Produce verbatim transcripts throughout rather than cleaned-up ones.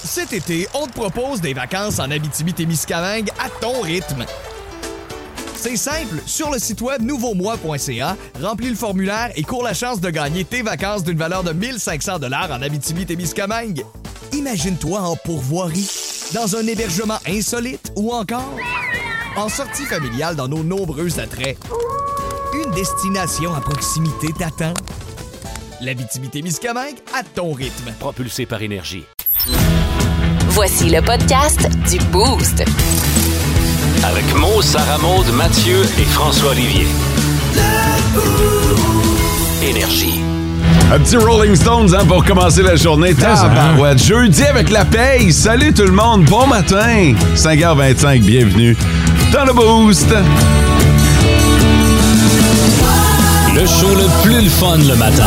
Cet été, on te propose des vacances en Abitibi-Témiscamingue à ton rythme. C'est simple, sur le site web nouveau moi point c a, remplis le formulaire et cours la chance de gagner tes vacances d'une valeur de mille cinq cents dollars en Abitibi-Témiscamingue. Imagine-toi en pourvoirie, dans un hébergement insolite ou encore en sortie familiale dans nos nombreux attraits. Une destination à proximité t'attend. L'Abitibi-Témiscamingue à ton rythme. Propulsé par Énergie. Voici le podcast du Boost. Avec Mo, Sarah Maud, Mathieu et François Olivier. Énergie. Un petit Rolling Stones hein, pour commencer la journée. Tabarouette. Jeudi avec la paye. Salut tout le monde. Bon matin. cinq heures vingt-cinq. Bienvenue dans le Boost. Le show le plus le fun le matin.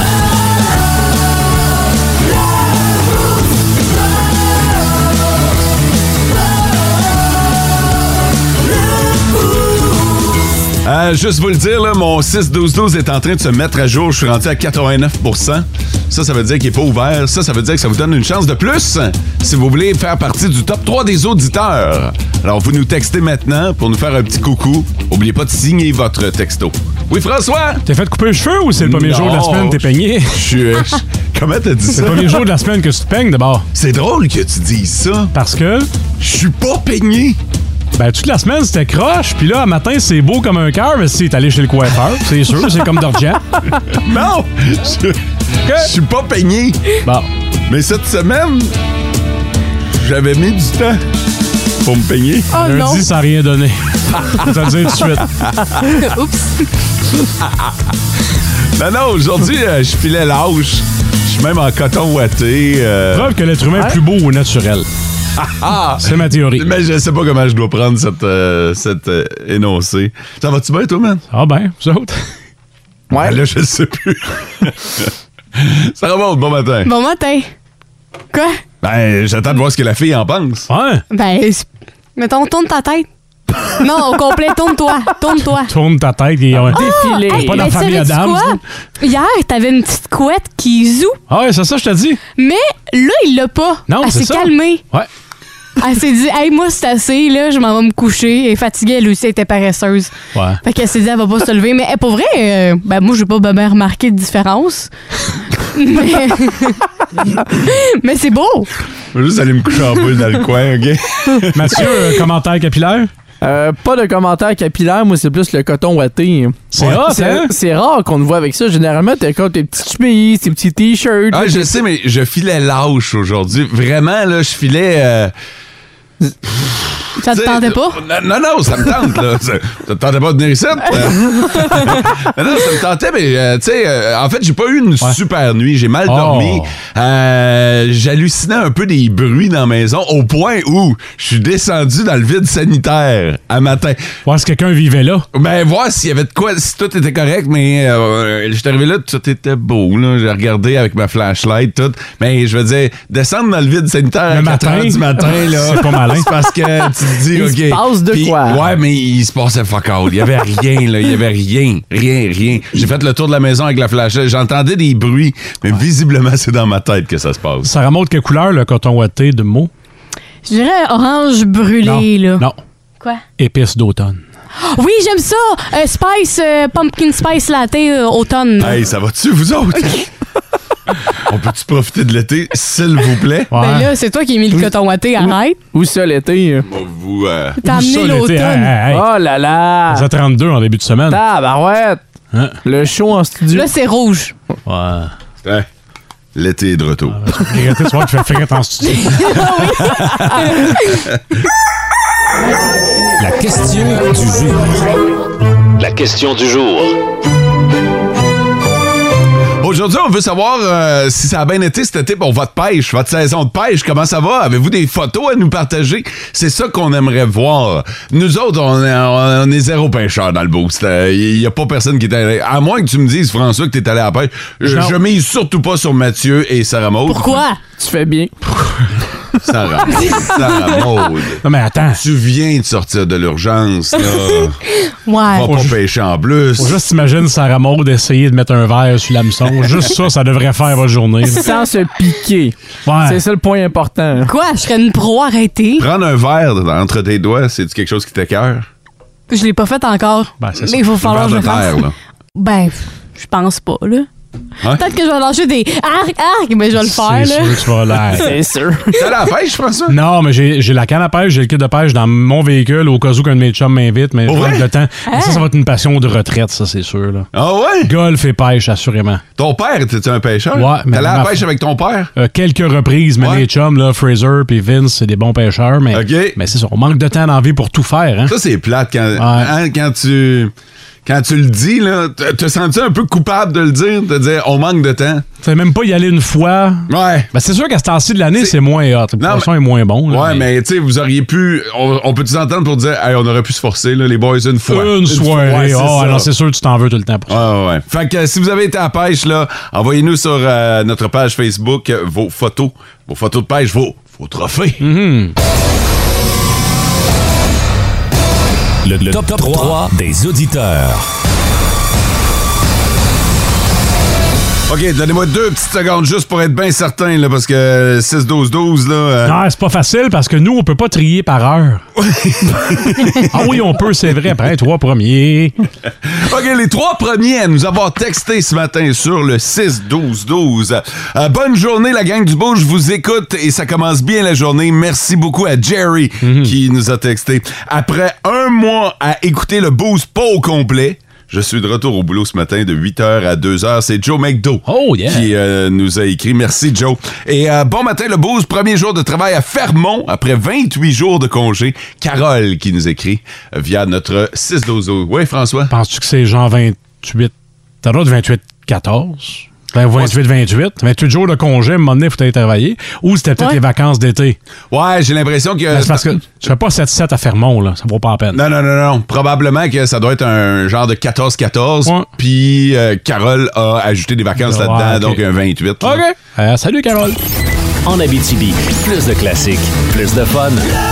Euh, juste vous le dire, là, mon six douze douze est en train de se mettre à jour. Je suis rendu à quatre-vingt-neuf pour cent. Ça, ça veut dire qu'il n'est pas ouvert. Ça, ça veut dire que ça vous donne une chance de plus si vous voulez faire partie du top trois des auditeurs. Alors, vous nous textez maintenant pour nous faire un petit coucou. N'oubliez pas de signer votre texto. Oui, François? T'es fait couper les cheveux ou c'est le premier non, jour de la semaine que t'es peigné? Je suis... Comment t'as dit ça? C'est le premier jour de la semaine que tu te peignes d'abord. C'est drôle que tu dises ça. Parce que? Je suis pas peigné. Ben, toute la semaine, c'était croche. Puis là, un matin, c'est beau comme un cœur, mais si t'es allé chez le coiffeur, c'est sûr, c'est comme d'argent. Non! Je je suis pas peigné. Bon. Mais cette semaine, j'avais mis du temps pour me peigner. Oh Lundi, non. ça n'a rien donné. Je vais te le dire tout de suite. Oups. Non, non, aujourd'hui, euh, je filais lâche. Je suis même en coton ouaté. Euh... Preuve que l'être humain est plus beau au naturel. Ah, c'est ma théorie. Mais je sais pas comment je dois prendre cette, euh, cette euh, énoncé. Ça va-tu bien, toi, man? Ah ben, vous autres? Ouais. Ben là, je sais plus. Ça remonte, bon matin. Bon matin. Quoi? Ben, j'attends de voir ce que la fille en pense. Ouais. Ben, c'est- mettons, tourne ta tête. Non, au complet, tourne-toi. Tourne-toi. Tourne ta tête et... Ouais. Défilé. Hey, Pas dans mais la famille savais-tu Adams. quoi? Hier, t'avais une petite couette qui zoue, Ah ouais, c'est ça, je te dis. mais là, il l'a pas. Non, Elle c'est s'est ça. calmée. Ouais. Elle s'est dit, hey, moi, c'est assez, là, je m'en vais me coucher. Elle est fatiguée, elle aussi, elle était paresseuse. Ouais. Fait qu'elle s'est dit, elle va pas se lever. Mais hey, pour vrai, euh, ben, moi, j'ai pas bien remarqué de différence. mais mais c'est beau. Je vais juste aller me coucher en boule dans le coin, OK? Mathieu, euh, commentaire capillaire? Euh, pas de commentaire capillaire, moi c'est plus le coton ouaté. C'est hot, c'est, hein? c'est rare qu'on te voit avec ça. Généralement, t'as comme tes petites chemises, tes petits t-shirts. Ah, là, je tes- sais, mais je filais lâche aujourd'hui. Vraiment, là, je filais... euh, Ça te T'sais, tentait pas? Non, non, ça me tente, là. Ça, ça te tentait pas de venir ici? Euh? non, non, ça me tentait, mais, euh, tu sais, euh, en fait, j'ai pas eu une Ouais. super nuit. J'ai mal Oh. dormi. Euh, j'hallucinais un peu des bruits dans la maison au point où je suis descendu dans le vide sanitaire à matin. Voir si quelqu'un vivait là. Ben, voir s'il y avait de quoi, si tout était correct, mais euh, j'étais arrivé là, tout était beau, là. J'ai regardé avec ma flashlight, tout. Mais je veux dire, descendre dans le vide sanitaire Le à quatre matin, heures du matin, là. c'est pas malin. C'est parce que tu te dis, Il OK. se passe de Puis, quoi? Ouais, mais il se passait fuck all. Il y avait rien, là. Il y avait rien. Rien, rien. J'ai fait le tour de la maison avec la flashlight. J'entendais des bruits, mais visiblement, c'est dans ma tête que ça se passe. Ça remonte quelle couleur, le coton ouaté de mots? Je dirais orange brûlé, là. Non. Quoi? Épice d'automne. Oui, j'aime ça! Euh, spice, euh, pumpkin spice latte euh, automne. Hey, ça va-tu, vous autres? On peut-tu profiter de l'été, s'il vous plaît? Ouais. Ben là, c'est toi qui as mis le coton ouaté, arrête. Où ça l'été? Bon, vous, euh, T'as Où ça, amené l'été? l'automne. Hey, hey, hey. Oh là là! C'est à trente-deux en début de semaine. Tabarouette! Hein? Le show en studio. Là, c'est rouge. Ouais. ouais, l'été est de retour. Tu vas regretter de soir que tu fais frette en studio. La question du jour. La question du jour. Aujourd'hui, on veut savoir euh, si ça a bien été cet été pour votre pêche, votre saison de pêche. Comment ça va? Avez-vous des photos à nous partager? C'est ça qu'on aimerait voir. Nous autres, on est, on est zéro pêcheur dans le boost. Il n'y a pas personne qui est allé... À moins que tu me dises, François, que tu es allé à la pêche. Je, Non. je mise surtout pas sur Mathieu et Sarah Maud. Pourquoi? Tu fais bien. Sarah Maud, Sarah Maud. Non, mais attends. Tu viens de sortir de l'urgence, là. Ouais. Va pas pêcher en plus. Faut juste imaginer Sarah Maud essayer de mettre un verre sur l'hameçon. Juste ça, ça devrait faire votre journée. Sans se piquer. Ouais. C'est ça le point important. Quoi? Je serais une pro arrêtée. Prendre un verre entre tes doigts, c'est quelque chose qui t'écoeure? Je l'ai pas fait encore. Ben, c'est mais ça. il faut Un falloir verre que je de le fasse. terre, là. Ben, je pense pas, là. Hein? Peut-être que je vais lâcher des arc, arc, mais je vais le faire, C'est là. sûr, tu vas l'air. C'est sûr. T'es allé à la pêche, François? Non, mais j'ai j'ai la canne à pêche, j'ai le kit de pêche dans mon véhicule au cas où qu'un de mes chums m'invite, mais Pour je vrai? manque de temps. Hein? Mais ça, ça va être une passion de retraite, ça, c'est sûr. Là. Ah ouais? Golf et pêche, assurément. Ton père, était-tu un pêcheur? Ouais, mais T'es allé à la ma- pêche avec ton père? Euh, quelques reprises, mais Ouais. mes chums, là, Fraser puis Vince, c'est des bons pêcheurs, mais, OK. mais c'est ça, on manque de temps dans la vie pour tout faire. Hein? Ça, c'est plate quand, hein, quand tu... Quand tu le dis, là, te, te sens-tu un peu coupable de le dire? De dire, on manque de temps? Tu sais, même pas y aller une fois. Ouais. Ben, c'est sûr qu'à ce temps-ci de l'année, C'est- c'est moins hot. Le Non, poisson mais- est moins bon. là, Ouais, mais tu sais, vous auriez pu... On, on peut-tu s'entendre pour dire, hey, on aurait pu se forcer, là, les boys, une fois? Une soirée. c'est oh, ça. alors c'est sûr que tu t'en veux tout le temps pour ça. Ouais, ouais, ouais. Fait que euh, si vous avez été à la pêche, là, envoyez-nous sur euh, notre page Facebook euh, vos photos, vos photos de pêche, vos, vos trophées. Mhm. Le, le top, trois des auditeurs. OK, donnez-moi deux petites secondes juste pour être bien certain, là, parce que six douze douze, là... euh, Non, c'est pas facile parce que nous, on peut pas trier par heure. Ah oui, on peut, c'est vrai. Après, trois premiers. OK, les trois premiers à nous avoir texté ce matin sur le six douze douze. Euh, bonne journée, la gang du beau. Je vous écoute et ça commence bien la journée. Merci beaucoup à Jerry qui nous a texté. Après un mois à écouter le Boost pas au complet, je suis de retour au boulot ce matin de huit heures à deux heures. C'est Joe McDo Oh, yeah. qui euh, nous a écrit. Merci, Joe. Et euh, bon matin, le Boost. Premier jour de travail à Fermont après vingt-huit jours de congé. Carole qui nous écrit euh, via notre six douze douze. Oui, François? Penses-tu que c'est genre vingt-huit? T'as le droit de vingt-huit quatorze? Ben, vingt-huit vingt-huit? vingt-huit jours de congé, à un moment donné, il faut aller travailler. Ou c'était peut-être Ouais. les vacances d'été? Ouais, j'ai l'impression que... Ben, c'est parce que tu fais pas sept sept à Fermont, là. Ça vaut pas la peine. Non, non, non, non. Probablement que ça doit être un genre de quatorze quatorze. Ouais. Puis euh, Carole a ajouté des vacances Ouais, là-dedans, ok. donc un vingt-huit. là. OK. Euh, salut, Carole. En Abitibi, plus de classiques, plus de fun.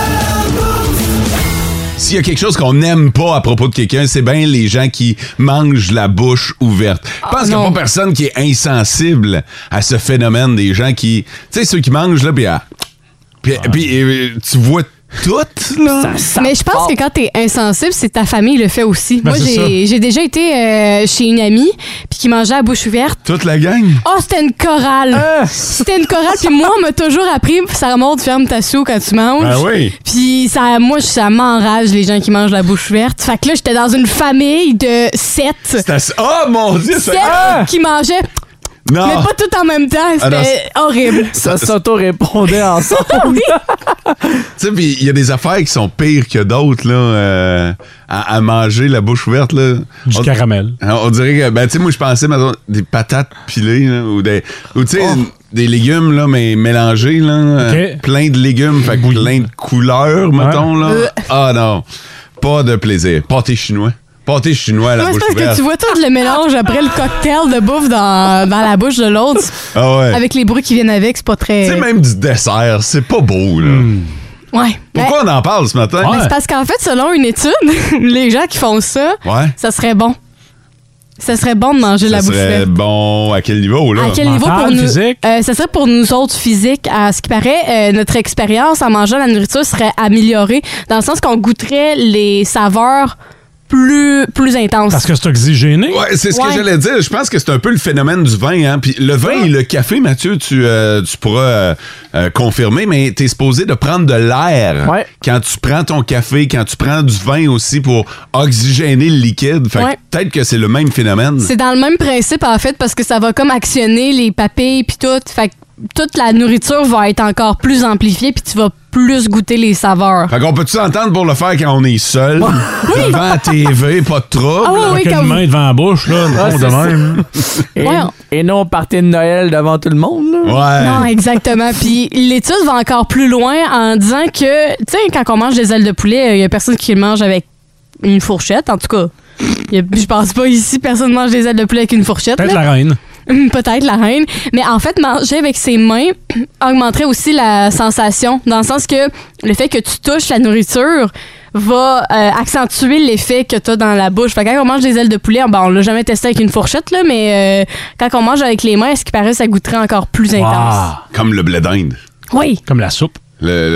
S'il y a quelque chose qu'on n'aime pas à propos de quelqu'un, c'est bien les gens qui mangent la bouche ouverte. Je pense qu'il n'y a non. pas personne qui est insensible à ce phénomène des gens qui... Tu sais, ceux qui mangent, là, puis... ah, puis, puis, euh, tu vois tout, là. Mais je pense que quand t'es insensible, c'est ta famille le fait aussi. Ben, Moi, c'est j'ai j'ai déjà été euh, chez une amie puis qui mangeait à bouche ouverte. Toute la gang. Oh, c'était une chorale. Ah! C'était une chorale. Puis moi, on m'a toujours appris, ça remonte, ferme ta sou quand tu manges. Ben oui. Puis ça, moi, ça m'enrage, les gens qui mangent la bouche ouverte. Fait que là, j'étais dans une famille de sept. C'est assez- Oh, mon Dieu! ça- Sept Ah! qui mangeaient, Non! mais pas tout en même temps. Ah non, C'était horrible. Ça s'auto-répondait ensemble. Oui. Tu sais, puis il y a des affaires qui sont pires que d'autres, là, euh, à, à manger la bouche ouverte, là. Du on, caramel. on dirait que, ben, tu sais, moi, je pensais, mettons, des patates pilées, là, ou des, ou tu sais, Oh. des légumes, là, mais mélangés, là. euh, plein de légumes, fait que plein de couleurs, mettons, là. Euh. Ah, non. Pas de plaisir. Pâté chinois. Pâté chinois à la Moi, c'est bouche parce que ouverte. tu vois tout le mélange après le cocktail de bouffe dans, dans la bouche de l'autre. Ah ouais. Avec les bruits qui viennent avec, c'est pas très. Tu sais, même du dessert, c'est pas beau, là. Ouais. Pourquoi on en parle ce matin? Ben, Ouais. c'est parce qu'en fait, selon une étude, les gens qui font ça, Ouais. ça serait bon. Ça serait bon de manger Ça la bouche serait ouverte. bon à quel niveau, là? À quel niveau Mental, pour nous? physique? Euh, ça serait pour nous autres physiques. À ce qui paraît, euh, notre expérience en mangeant la nourriture serait améliorée dans le sens qu'on goûterait les saveurs plus, plus intenses. Parce que c'est oxygéné. Ouais, c'est ce Ouais. que j'allais dire. Je pense que c'est un peu le phénomène du vin. Hein? Puis le vin et le café, Mathieu, tu, euh, tu pourras euh, euh, confirmer, mais t'es supposé de prendre de l'air Ouais. quand tu prends ton café, quand tu prends du vin aussi pour oxygéner le liquide. Fait que Ouais. peut-être que c'est le même phénomène. C'est dans le même principe, en fait, parce que ça va comme actionner les papilles puis tout. Fait que toute la nourriture va être encore plus amplifiée puis tu vas plus goûter les saveurs. Fait qu'on peut-tu s'entendre pour le faire quand on est seul, devant la T V, pas de trouble? Ah oui, oui, Avec une comme- main devant la bouche, là. Ah, non, c'est de ça. même. Et, Ouais. et non, party de Noël devant tout le monde. Là. Ouais. Non, exactement. Puis l'étude va encore plus loin en disant que, tu sais, quand on mange des ailes de poulet, il y a personne qui le mange avec une fourchette, en tout cas. Y a- Je pense pas ici, personne mange des ailes de poulet avec une fourchette. Peut-être là. la reine. Peut-être la reine. Mais en fait, manger avec ses mains augmenterait aussi la sensation, dans le sens que le fait que tu touches la nourriture va euh, accentuer l'effet que tu as dans la bouche. Fait que quand on mange des ailes de poulet, bon, on l'a jamais testé avec une fourchette, là, mais euh, quand on mange avec les mains, à ce qui paraît, ça goûterait encore plus intense. Wow. Comme le blé d'Inde. Oui. Comme la soupe. Le, le...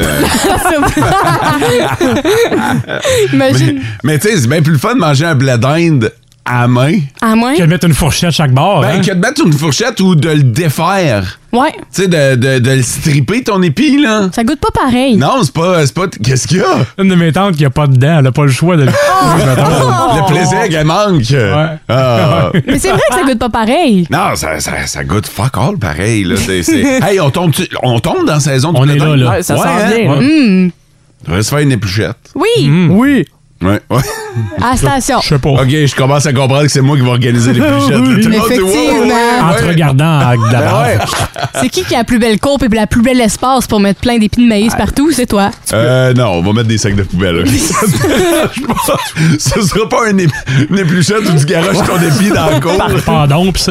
Imagine. Mais, mais tu sais, c'est bien plus le fun de manger un blé d'Inde à la main. À main? Que de mettre une fourchette à chaque bord. Ben, hein? que de mettre une fourchette ou de le défaire. Ouais. Tu sais, de, de, de le stripper, ton épi, là. Ça goûte pas pareil. Non, c'est pas... C'est pas qu'est-ce qu'il y a? Une de mes tantes qui a pas de dents, elle a pas le choix de le... Le plaisir qu'elle manque. Ouais. Ah. Mais c'est vrai que ça goûte pas pareil. Non, ça, ça, ça goûte fuck all pareil. Là. C'est, c'est... Hey, on tombe, on tombe dans la saison du On blé est là, d'Inde? là. Ouais, ça Ouais, sent hein? bien. là. Hum. On devrait se faire une épluchette. Oui, Mm. Oui. Ouais, ouais. à la station. Je sais pas. OK, je commence à comprendre que c'est moi qui vais organiser l'épluchette. Tout le monde dit, Effectivement. ouais, ouais, En te ouais. regardant avec de la Ben barbe. ouais. C'est qui qui a la plus belle courbe et la plus bel espace pour mettre plein d'épines de maïs partout? C'est toi. Euh, non, on va mettre des sacs de poubelle. OK? Ce sera pas une, ép- une épluchette ou du garage ton épi dans le cours. Pardon, pis ça.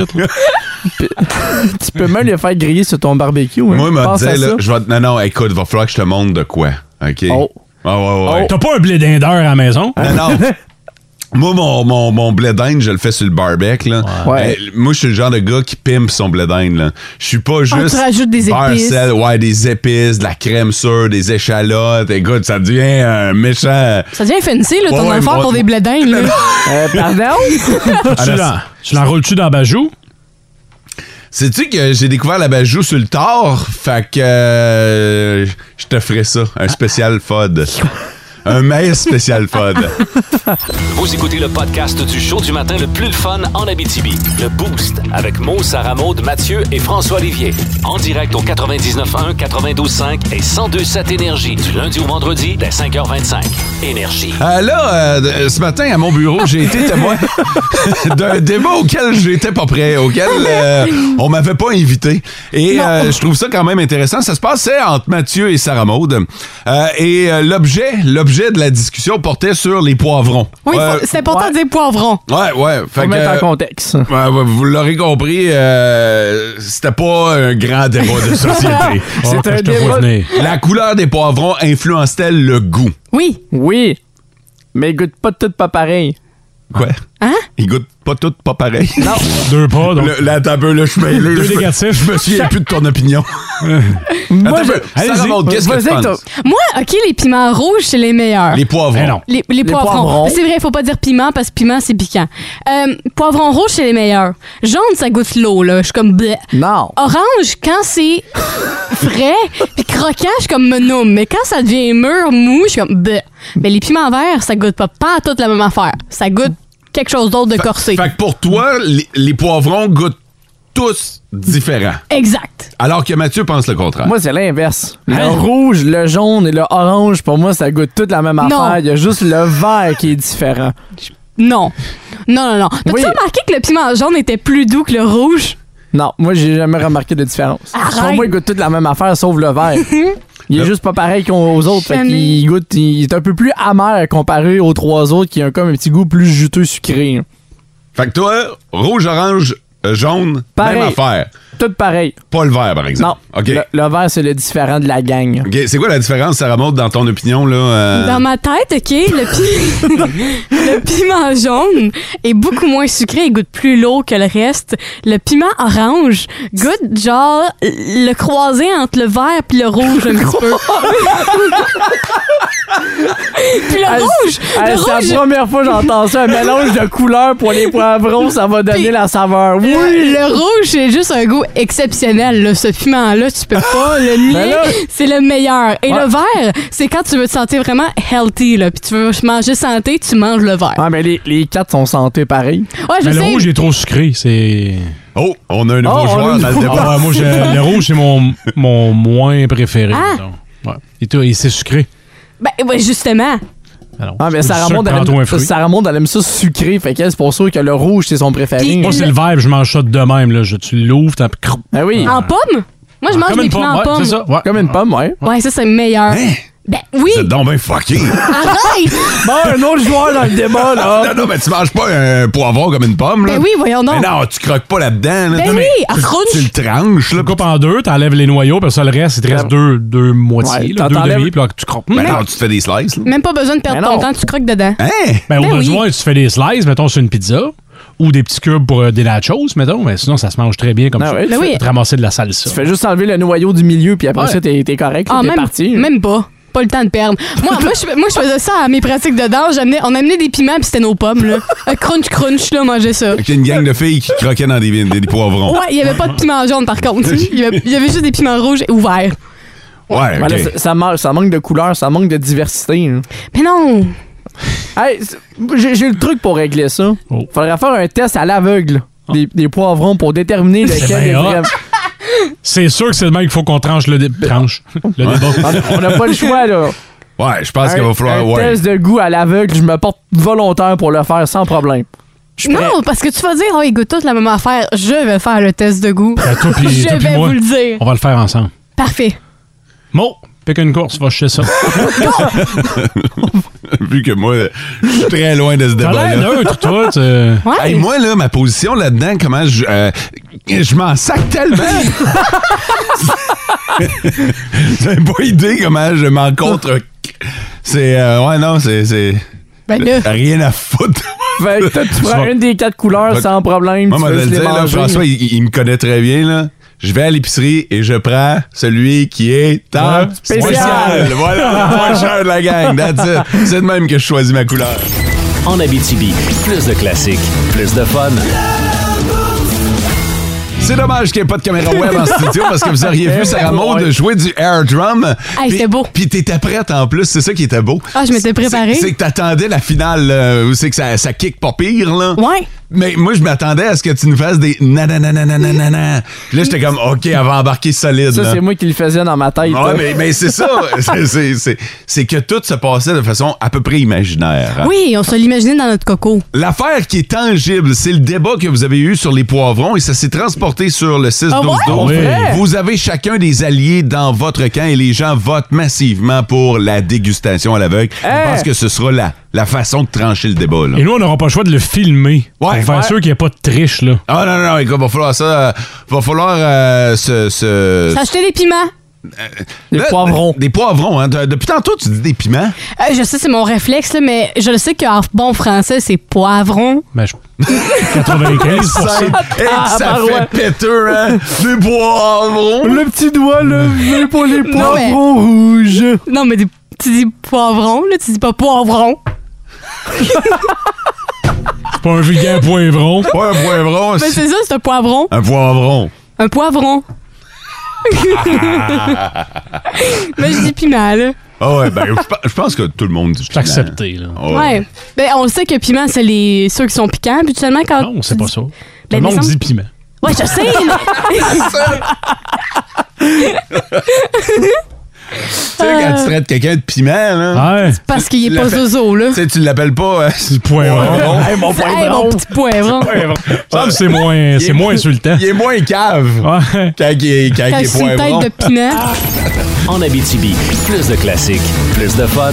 Tu peux même le faire griller sur ton barbecue. Hein. Moi, il m'a Pense dit, à là, ça. je vais te- non, non, écoute, il va falloir que je te montre de quoi. OK? Oh. Ah, ouais, ouais. T'as pas un blé d'indeur à la maison? Non, non. Moi, mon, mon, mon blé d'Inde, je le fais sur le barbecue. Là. Ouais. Euh, moi, je suis le genre de gars qui pimpe son blé d'Inde. Là. Je suis pas juste. tu rajoutes des beurre, épices. sel, ouais, des épices, de la crème sûre, des échalotes. Écoute, ça devient un méchant. Ça devient fancy, là, ton Ouais, ouais, affaire ouais. pour des bledins, là. Euh, pardon? Tu l'en- tu l'enroules-tu dans Bajou? Sais-tu que j'ai découvert la bajou sur le tard? Fait que euh, je te ferai ça, un spécial F O D. Un maïs spécial F O D. Vous écoutez le podcast du show du matin le plus le fun en Abitibi. Le Boost avec Mo, Sarah Maud, Mathieu et François Olivier. En direct au quatre-vingt-dix-neuf un, quatre-vingt-douze cinq et cent deux sept Énergie du lundi au vendredi dès cinq heures vingt-cinq. Énergie. Euh, là, euh, ce matin, à mon bureau, j'ai été témoin d'un débat auquel j'étais pas prêt, auquel euh, on m'avait pas invité. Et euh, je trouve ça quand même intéressant. Ça se passait entre Mathieu et Sarah Maud. Euh, et euh, l'objet, l'objet de la discussion portait sur les poivrons. Oui, Euh, faut- c'est important ouais. de dire poivrons. ouais, ouais. Fait Faut que, mettre en euh, contexte. ouais, ouais, vous l'aurez compris, euh, c'était pas un grand débat de société. Oh, que un je te vois débat- venir. La couleur des poivrons influence-t-elle le goût? Oui. Oui. Mais il goûte pas tout pas pareil. Quoi? Hein? Ils goûtent pas tous pas pareil. Non. Deux pas, donc. Le, là, t'as un peu, là, je suis mêlé. Deux Je me- négatifs. Je me souviens plus de ton opinion. Moi, Attends un je- peu. Sarah allez-y. Maud, qu'est-ce que tu Vas-y, penses? Moi, OK, les piments rouges, c'est les meilleurs. Les poivrons. Ben non. Les, les poivrons. poivrons. C'est vrai, il faut pas dire piment parce que piment, c'est piquant. Euh, poivrons rouges, c'est les meilleurs. Jaune, ça goûte l'eau, là. Je suis comme bleh. Non. Orange, quand c'est frais, puis croquant, je suis comme menoum. Mais quand ça devient mûr, mou, je suis comme bleh. Mais les piments verts, ça goûte pas, pas toute la même affaire. Ça goûte quelque chose d'autre de Fait- corsé. Fait que pour toi, les, les poivrons goûtent tous différents. Exact. Alors que Mathieu pense le contraire. Moi, c'est l'inverse. Le Hein? rouge, le jaune et le orange, pour moi, ça goûte toute la même Non. affaire. Il y a juste le vert qui est différent. Non. Non, non, non. T'as-tu Oui. remarqué que le piment jaune était plus doux que le rouge? Non, moi, j'ai jamais remarqué de différence. Arrête. Pour moi, il goûte toute la même affaire, sauf le vert. Il est juste pas pareil qu'aux autres. Fait Jamais. qu'il goûte, il est un peu plus amer comparé aux trois autres qui ont comme un petit goût plus juteux sucré. Fait que toi, rouge, orange, euh, jaune, Pareil. même affaire. Tout pareil. Pas le vert, par exemple. Non. OK. Le, le vert, c'est le différent de la gang. OK. C'est quoi la différence, Sarah Maud, dans ton opinion, là? euh? Dans ma tête, OK, le, pi- le piment jaune est beaucoup moins sucré, il goûte plus lourd que le reste. Le piment orange goûte genre le croisé entre le vert puis le rouge un petit peu. Puis le Hey, rouge, hey, le c'est rouge, la première fois que j'entends ça. Un mélange de couleurs pour les poivrons, ça va donner Puis- la saveur. Oui! le, le rouge, c'est juste un goût exceptionnel. Là. Ce piment-là, tu peux pas le Ben nier. là- C'est le meilleur. Et Ouais. le vert, c'est quand tu veux te sentir vraiment healthy, là, puis tu veux manger santé, tu manges le vert. Ah, mais les, les quatre sont santé pareil. Ouais, je Mais le sais. rouge il est trop sucré. C'est. Oh, on a un nouveau Oh, on a joueur un dans le nouveau- débat. Ah ouais, moi, j'ai- le rouge, c'est mon, mon moins préféré. Ah. disons. Ouais. Et toi, et c'est sucré. Ben, ouais, justement. Alors, Ah, mais c'est Sarah sûr Maud, que elle prends-toi un aime, fruit. Sarah Maud, elle aime ça sucré. Fait qu'elle, c'est pour ça que le rouge, c'est son préféré. Puis- Moi, c'est le vibe, je mange ça de même. Là. Je, tu l'ouvres, t'as. Ah oui. En pomme? Moi, je mange Comme des une piments pomme, en ouais, pomme. c'est ça. Ouais. Comme une pomme, ouais. Ouais, ça, c'est meilleur. Hein? Ben oui! C'est donc ben fucké! Arrête! Bon, un autre joueur dans le débat, là. Non, non, mais tu manges pas un poivron comme une pomme, là. Ben oui, voyons donc. Mais non, tu croques pas là-dedans, là. Ben Non, oui, mais à tu- crunch. Tu le tranches, là. Tu coupes en deux, t'enlèves les noyaux, puis ça, le reste, il te reste deux, deux moitiés, Ouais, là, deux t'enlèves- demi, puis là, tu croques. Ben Mais- non, tu te fais des slices, là. Même pas besoin de perdre Mais ton non. temps, tu croques dedans. Hein? Ben, au Ben oui. besoin, tu fais des slices, mettons, sur une pizza, ou des petits cubes pour euh, des nachos, mettons, mais sinon, ça se mange très bien comme Ben ça. ouais, Ben tu oui. Tu fais ramasser de la salsa. Tu fais juste enlever le noyau du milieu, puis après Ouais. ça, t'es, t'es correct, Ah, t'es même, parti. même pas. Pas le temps de perdre. Moi, moi, je, moi, je faisais ça à mes pratiques de danse. J'amenais- On amenait des piments, puis c'était nos pommes, là. Un crunch, crunch, là, mangeait ça. Il y a une gang de filles qui croquaient dans des, des, des poivrons. Ouais, il y avait pas de piment jaune, par contre. Il y avait, il y avait juste des piments rouges ouverts. Ouais, Ben OK. là, ça, ça, manque, ça manque de couleur, ça manque de diversité. Hein. Mais non! Hey, c'est- j'ai, j'ai le truc pour régler ça. Oh. Faudrait faire un test à l'aveugle des, des poivrons pour déterminer lequel bien est hot. vrai. C'est sûr que c'est le même qu'il faut qu'on tranche le, dé- tranche. le débat. On n'a pas le choix, là. Ouais, je pense qu'il va falloir... un Ouais. test de goût à l'aveugle, je me porte volontaire pour le faire sans problème. Je suis prêt. Non, parce que tu vas dire, oh, ils goûtent tous la même affaire. Je vais faire le test de goût. Ben, toi puis- Je toi puis vais moi, vous le dire. on va le faire ensemble. Parfait. Mo, pique une course, va chercher ça. Vu que moi, je suis très loin de ce T'as débat-là. l'air neutre, toi. tu- Ouais. Hey, moi, là, ma position là-dedans, comment je. euh, je m'en sac tellement! J'ai pas idée comment je m'en contre. C'est. euh, ouais, non, c'est. c'est Ben là. rien à foutre. Fait que toi, tu prends vas- une des quatre couleurs Fait- sans problème. Moi, tu moi, veux de le juste les dire, là, manger. François, il, il me connaît très bien, là. Je vais à l'épicerie et je prends celui qui est en Ouais, spécial. Voilà, le moins cher de la gang. That's it. C'est de même que je choisis ma couleur. En Abitibi, plus de classiques, plus de fun. C'est dommage qu'il n'y ait pas de caméra web en studio parce que vous auriez vu Sarah Maud jouer du air drum. Hey, c'était beau. Puis t'étais prête en plus, c'est ça qui était beau. Ah, je m'étais préparée. C'est c'est que t'attendais la finale, euh, où c'est que ça, ça kick pas pire, là. Ouais. Mais moi, je m'attendais à ce que tu nous fasses des nanananananana. Puis là, j'étais comme, OK, elle va embarquer solide. Ça, là. c'est moi qui le faisais dans ma tête. Ouais, là. mais, mais c'est ça. C'est- c'est- c'est- C'est que tout se passait de façon à peu près imaginaire. hein. Oui, on se l'imaginait dans notre coco. L'affaire qui est tangible, c'est le débat que vous avez eu sur les poivrons et ça s'est transporté sur le six douze douze. Ah ouais? Ouais. Vous avez chacun des alliés dans votre camp et les gens votent massivement pour la dégustation à l'aveugle. Je Hey! pense que ce sera la, la façon de trancher le débat. Là. Et nous, on n'aura pas le choix de le filmer. Ouais, pour faire ouais. sûr qu'il n'y ait pas de triche, là. Ah non, non, non, écoute, va falloir ça. euh, va falloir euh, se. se- S'acheter des piments. Des Là, poivrons. Des poivrons, hein. De- Depuis tantôt, tu dis des piments. Euh, je sais, c'est mon réflexe, là, mais je le sais qu'en bon français, c'est poivron. Ben, je... quatre-vingt-quinze pour cent. Et Ah, ça bah fait ouais. péteux, hein. Des poivrons. Le petit doigt levé pour les mais- poivrons rouges. Non, mais des- tu dis poivron, là, tu dis pas poivron. C'est pas un vulgaire poivron. Pas un poivron, Mais c'est c'est ça, c'est un poivron. un poivron. Un poivron. Mais je dis piment, là. Ah ouais, ben, je pe- je pense que tout le monde dit C'est accepté, là. Oh. Ouais. Ben, on sait que piment, c'est les ceux qui sont piquants. Puis seulement quand. Non, c'est tu pas dis- ça. Tout Ben, le monde mais ça- dit piment. Ouais, je sais. Tu sais, quand tu traites quelqu'un de piment, là. Ouais. Parce qu'il Tu est pas l'appelles- zozo, là. Tu sais, tu l'appelles pas. euh, Poivron. Hey, mon Hey, poivron. mon petit poivron. Ça, c'est moins, c'est moins insultant. Il est moins cave Ouais. quand il est, quand Quand il est c'est une poivron. tête de piment. En Abitibi, plus de classiques, plus de fun.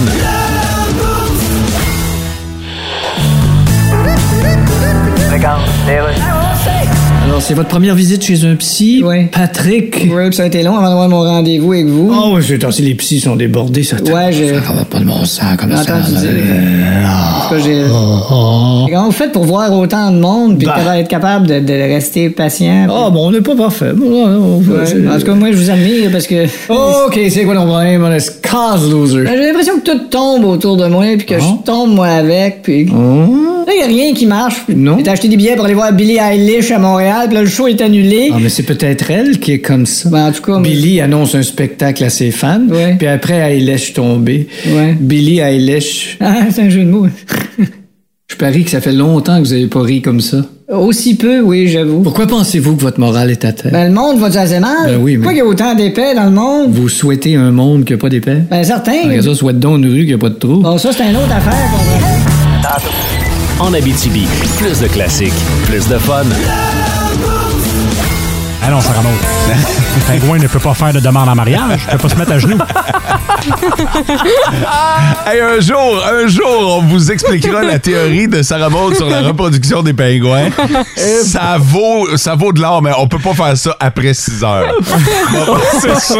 Alors, c'est votre première visite chez un psy? Oui. Patrick? Oui, puis ça a été long avant d'avoir mon rendez-vous avec vous. Oh, oui, c'est temps, si les psys sont débordés, ça. Ouais, je- Ça va pas de bon sens comme J'ai ça. entendu là. dire. Euh, En tout cas, j'ai- oh, oh. Comment vous faites pour voir autant de monde puis Bah. de être capable de, de rester patient? Ah, bon, on n'est pas parfait. Bon, on- on- Ouais. c'est- En tout cas, moi, je vous admire parce que Oh, OK, c'est quoi ton problème? On est cause loser. j'ai l'impression que tout tombe autour de moi puis que Ah. je tombe moi avec. Puis là, il n'y a rien qui marche. Non. J'ai acheté des billets pour aller voir Billie Eilish à Montréal puis là, le show est annulé. Ah, mais c'est peut-être elle qui est comme ça. Ben, en tout cas, Billy annonce un spectacle à ses fans, Ouais. puis après, elle laisse tomber. Ouais. Billy, elle laisse. Ah, c'est un jeu de mots. Je parie que ça fait longtemps que vous avez pas ri comme ça. Aussi peu, oui, j'avoue. Pourquoi pensez-vous que votre morale est à terre? Ben, le monde va assez mal. Ben oui, mais- Pourquoi il y a autant d'épais dans le monde? Vous souhaitez un monde qui n'a pas d'épais? Ben, certain. Regarde ça, souhaite donc une rue qui n'a pas de trou. Bon, ça, c'est une autre affaire qu'on va... En Abitibi, plus de classiques, plus de fun. Ah non, ça remonte. Le pingouin ne peut pas faire de demande en mariage. Il ne peut pas se mettre à genoux. Hey, un jour, un jour, on vous expliquera la théorie de Sarah Maud sur la reproduction des pingouins. Ça vaut, ça vaut de l'or, mais on peut pas faire ça après six heures. C'est ça.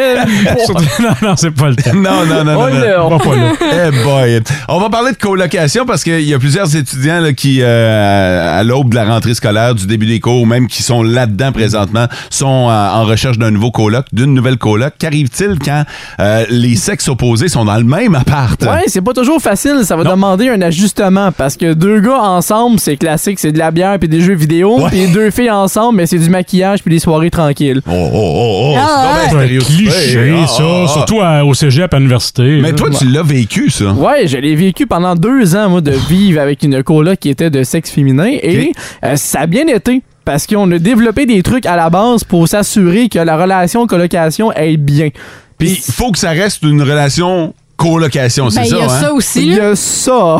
non, non, c'est pas le temps. Non, non, non, non. non. On va pas là. Eh boy. On va parler de colocation parce qu'il y a plusieurs étudiants là, qui, euh, à l'aube de la rentrée scolaire, du début des cours, même qui sont là-dedans présentement, sont euh, en recherche d'un nouveau coloc, d'une nouvelle coloc. Qu'arrive-t-il quand euh, les sexes opposés sont dans le même appart? Ouais, c'est pas toujours facile. Ça va non. demander un ajustement parce que deux gars ensemble, c'est classique, c'est de la bière puis des jeux vidéo. Ouais. Puis deux filles ensemble, mais c'est du maquillage puis des soirées tranquilles. Oh, oh, oh, oh. Ah, c'est C'est un stéréotypé. cliché, Ah, ça. ah, ah. Surtout à- au cégep, à l'université. Mais toi, tu l'as vécu, ça. Ouais, je l'ai vécu pendant deux ans, moi, de vivre avec une coloc qui était de sexe féminin et euh, ça a bien été. Parce qu'on a développé des trucs à la base pour s'assurer que la relation colocation aille bien. Puis, il faut que ça reste une relation colocation, c'est Ben, il ça, y a hein? ça aussi, Il y là. a ça.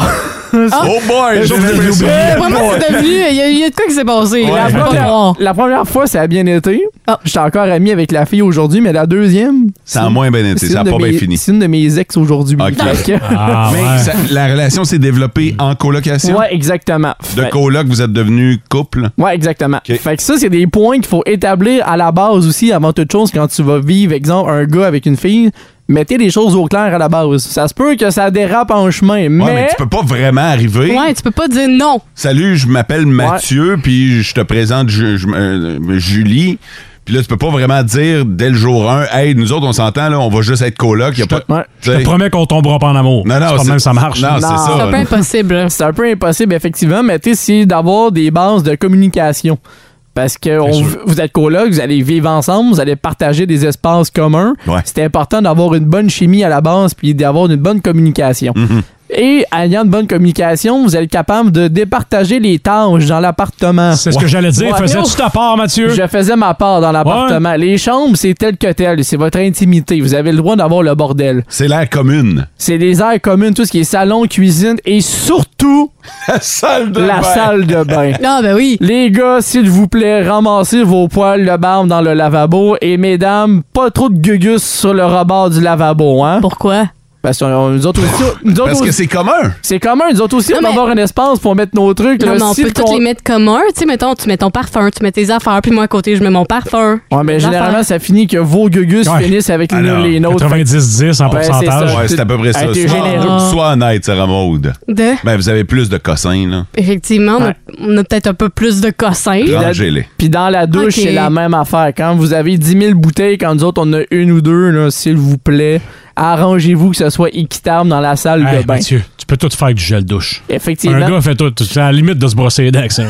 Oh boy! J'ai l'impression- Vraiment, c'est devenu. Il y, a- il y a de quoi qui s'est passé. Ouais. là, La je peux pas première, croire. la première fois, ça a bien été. Ah. J'étais encore ami avec la fille aujourd'hui, mais la deuxième... Ça a moins bien été, c'est ça a une de pas bien mes- fini. C'est une de mes ex aujourd'hui. Ok. Fait que- Ah, Mais ouais. ça- la relation s'est développée en colocation? Ouais, exactement. De Fait- coloc, vous êtes devenus couple? Ouais, exactement. Ok. Fait que ça, c'est des points qu'il faut établir à la base aussi, avant toute chose, quand tu vas vivre, exemple, un gars avec une fille. Mettez les choses au clair à la base. Ça se peut que ça dérape en chemin, mais... Ouais, mais tu peux pas vraiment arriver. Ouais, tu peux pas dire non. Salut, je m'appelle Mathieu, puis je te présente Ju- Ju- euh, Julie. Puis là, tu peux pas vraiment dire dès le jour un, hey, nous autres, on s'entend, là, on va juste être coloc. Y a Je te- pas, Ouais. Je te promets qu'on tombera pas en amour. Non, non, c'est pas c'est- même ça marche. Non, c'est Non. ça. C'est un peu impossible. là. C'est un peu impossible, effectivement, mais tu sais, c'est d'avoir des bases de communication. Parce que on- sûr. vous êtes coloc, vous allez vivre ensemble, vous allez partager des espaces communs. Ouais. C'est important d'avoir une bonne chimie à la base puis d'avoir une bonne communication. Mhm. Et ayant une bonne communication, vous êtes capable de départager les tâches dans l'appartement. C'est ce que j'allais dire. Ouais. Faisais-tu ta part, Mathieu? Je faisais ma part dans l'appartement. Les chambres, c'est tel que tel. C'est votre intimité. Vous avez le droit d'avoir le bordel. C'est l'air commune. C'est des aires communes, tout ce qui est salon, cuisine et surtout La salle de la bain. salle de bain. Ah, ben oui. Les gars, s'il vous plaît, ramassez vos poils de barbe dans le lavabo. Et mesdames, pas trop de gugus sur le rebord du lavabo, hein? Pourquoi? Parce que euh, nous autres aussi... Nous autres Parce que aussi- c'est commun. c'est commun. Nous autres aussi, Non, on va mais- avoir un espace pour mettre nos trucs. Non, là. mais on Si peut le tous con- les mettre commun. Tu sais, mettons, tu mets ton parfum, tu mets tes affaires, puis moi à côté, je mets mon parfum. Ouais, mais Mes généralement, affaires. ça finit que vos gugus Ouais. finissent avec les, Alors, les nôtres. quatre-vingt-dix dix en Ouais, c'est pourcentage. ça. Ouais, c'est à peu près ça. Hey, t'es Sois, généreux. sois honnête, Sarah Maud. De. Ben, vous avez plus de cossins, là. Effectivement, on a- Ouais. on a, peut-être un peu plus de cossins. la- Rangez-les. Puis dans la douche, Ok. c'est la même affaire. Quand vous avez dix mille bouteilles, quand nous autres, on a une ou deux, là, s'il vous plaît, arrangez-vous que ce soit équitable dans la salle Hey, de bain. Mathieu, tu peux tout faire avec du gel douche. Effectivement. Un gars fait tout. C'est à la limite de se brosser les dents avec ça.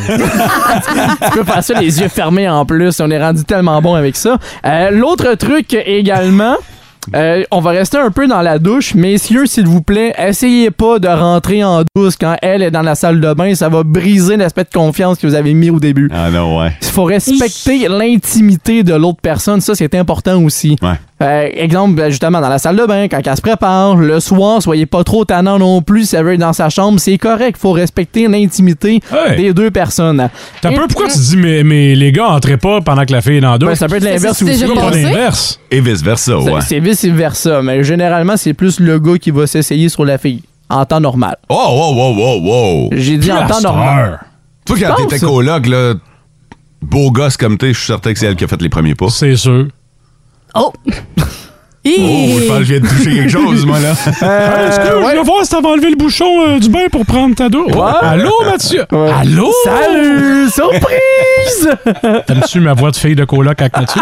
Tu peux faire ça les yeux fermés en plus. On est rendu tellement bon avec ça. Euh, L'autre truc également, euh, on va rester un peu dans la douche. Messieurs, s'il vous plaît, essayez pas de rentrer en douce quand elle est dans la salle de bain. Ça va briser l'aspect de confiance que vous avez mis au début. Ah non, ouais. Il faut respecter l'intimité de l'autre personne. Ça, c'est important aussi. Ouais. Euh, exemple, ben, justement, dans la salle de bain, quand elle se prépare, le soir, soyez pas trop tannant non plus. Si elle veut être dans sa chambre, c'est correct. Il faut respecter l'intimité Hey. des deux personnes. T'as un Et- peu pourquoi tu dis mais, mais les gars entrez pas pendant que la fille est dans la douche? Ben, ça peut être l'inverse c'est aussi. déjà Pas passé? l'inverse. Et vice-versa, C'est- ouais. C'est vice-versa, mais généralement, c'est plus le gars qui va s'essayer sur la fille en temps normal. Oh, wow, wow, wow, wow. J'ai dit en temps normal. Toi, quand penses, t'étais ça? coloc, là, beau gosse comme t'es, je suis certain que c'est elle qui a fait les premiers pas. C'est sûr. Oh! Oh, je pense que je viens de toucher quelque chose, moi, là. Euh, Est-ce que je vais voir si t'avais enlevé le bouchon euh, du bain pour prendre ta douche? Ouais. Allô, Mathieu? Ouais. Allô? Salut! Surprise! T'aimes-tu ma voix de fille de coloc avec Mathieu?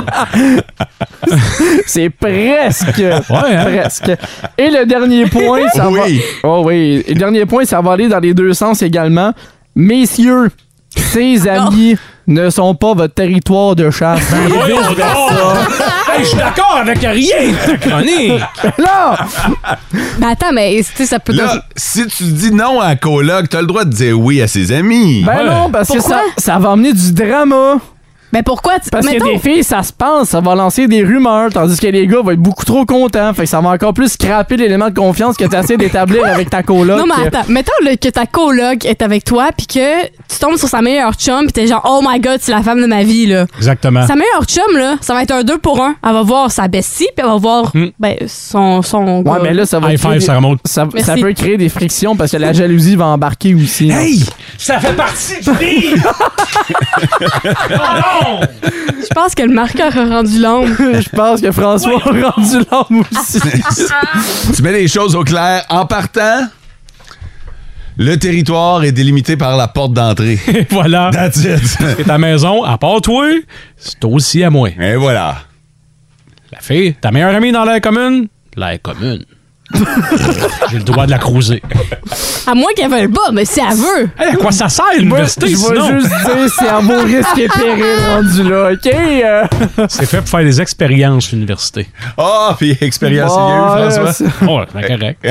C'est presque. Ouais, hein? Presque. Et le dernier point, ça va. Oui. Oh oui. Et le dernier point, ça va aller dans les deux sens également. Messieurs, ses amis ne sont pas votre territoire de chasse. Ben, Hey, je suis d'accord avec rien, ta chronique. Là! Ben attends, mais tu sais, ça peut. Là, si tu dis non à un coloc, t'as le droit de dire oui à ses amis. Ben Ouais. non, parce que Pourquoi? ça, ça va amener du drama. Mais pourquoi? Tu... Parce Mettons... que des filles, ça se pense, ça va lancer des rumeurs, tandis que les gars vont être beaucoup trop contents. Fait que ça va encore plus scraper l'élément de confiance que tu essaies d'établir avec ta coloc. Non, mais attends. Mettons là, que ta coloc est avec toi, puis que tu tombes sur sa meilleure chum, puis t'es genre, oh my god, c'est la femme de ma vie, là. Exactement. Sa meilleure chum, là, ça va être un deux pour un. Elle va voir sa bestie, puis elle va voir Mm. ben, son, son Ouais, gars. mais là, ça va High créer five, des- Sarah Maud. ça, Merci. ça peut créer des frictions parce que la jalousie va embarquer aussi. hein. Hey! Ça fait partie du livre! Oh non! Je pense que le marqueur a rendu l'ombre. Je pense que François a rendu l'homme aussi. Tu mets les choses au clair. En partant, le territoire est délimité par la porte d'entrée. Et voilà. That's it. C'est ta maison, à part toi, c'est aussi à moi. Et voilà. La fille, ta meilleure amie dans l'air commune? L'air commune. J'ai le droit de la cruiser. À moins qu'elle veuille pas, mais si elle veut. Hey, à quoi ça sert, Moi, l'université, je vais sinon? juste dire, c'est à vos risques et périls rendu là, OK? Euh, C'est fait pour faire des expériences, l'université. Ah, oh, puis expérience il y a eu, ouais, François. c'est- Oh, c'est correct.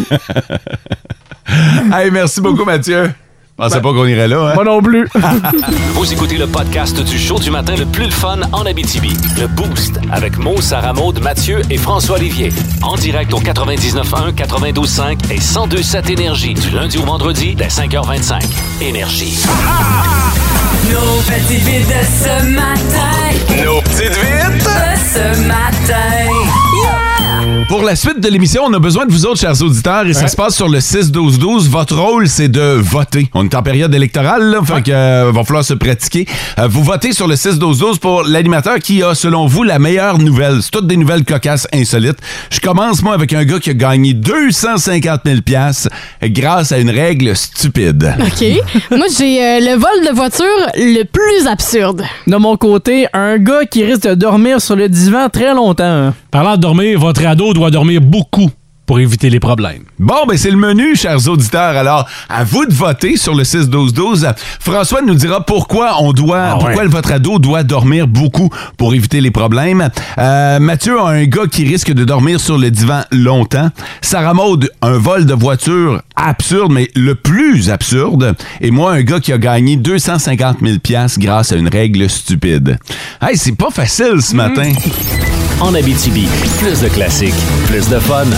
Hey, merci beaucoup, Mathieu. Je pensais pas qu'on irait là, hein? Moi non plus. Vous écoutez le podcast du show du matin le plus le fun en Abitibi. Le Boost avec Mo, Sarah Maud, Mathieu et François Olivier. En direct au quatre-vingt-dix-neuf point un, quatre-vingt-douze point cinq et cent deux point sept Énergie du lundi au vendredi dès cinq heures vingt-cinq. Énergie. Nos petites vites de ce matin. Nos petites vites! De ce matin. Pour la suite de l'émission, on a besoin de vous autres, chers auditeurs, et ça se passe sur le six douze douze. Votre rôle, c'est de voter. On est en période électorale, là, fait que euh, va falloir se pratiquer. Euh, vous votez sur le six douze douze pour l'animateur qui a, selon vous, la meilleure nouvelle. C'est toutes des nouvelles cocasses insolites. Je commence, moi, avec un gars qui a gagné deux cent cinquante mille dollars grâce à une règle stupide. OK. Moi, j'ai euh, le vol de voiture le plus absurde. De mon côté, un gars qui risque de dormir sur le divan très longtemps. Parlant de dormir, votre ado doit dormir beaucoup pour éviter les problèmes. Bon, ben c'est le menu, chers auditeurs. Alors, à vous de voter sur le six douze douze. François nous dira pourquoi on doit, Ah ouais. pourquoi votre ado doit dormir beaucoup pour éviter les problèmes. Euh, Mathieu a un gars qui risque de dormir sur le divan longtemps. Sarah Maud, un vol de voiture absurde, mais le plus absurde. Et moi, un gars qui a gagné deux cent cinquante mille dollars grâce à une règle stupide. Hey, c'est pas facile ce matin. En Abitibi, plus de classiques, plus de fun.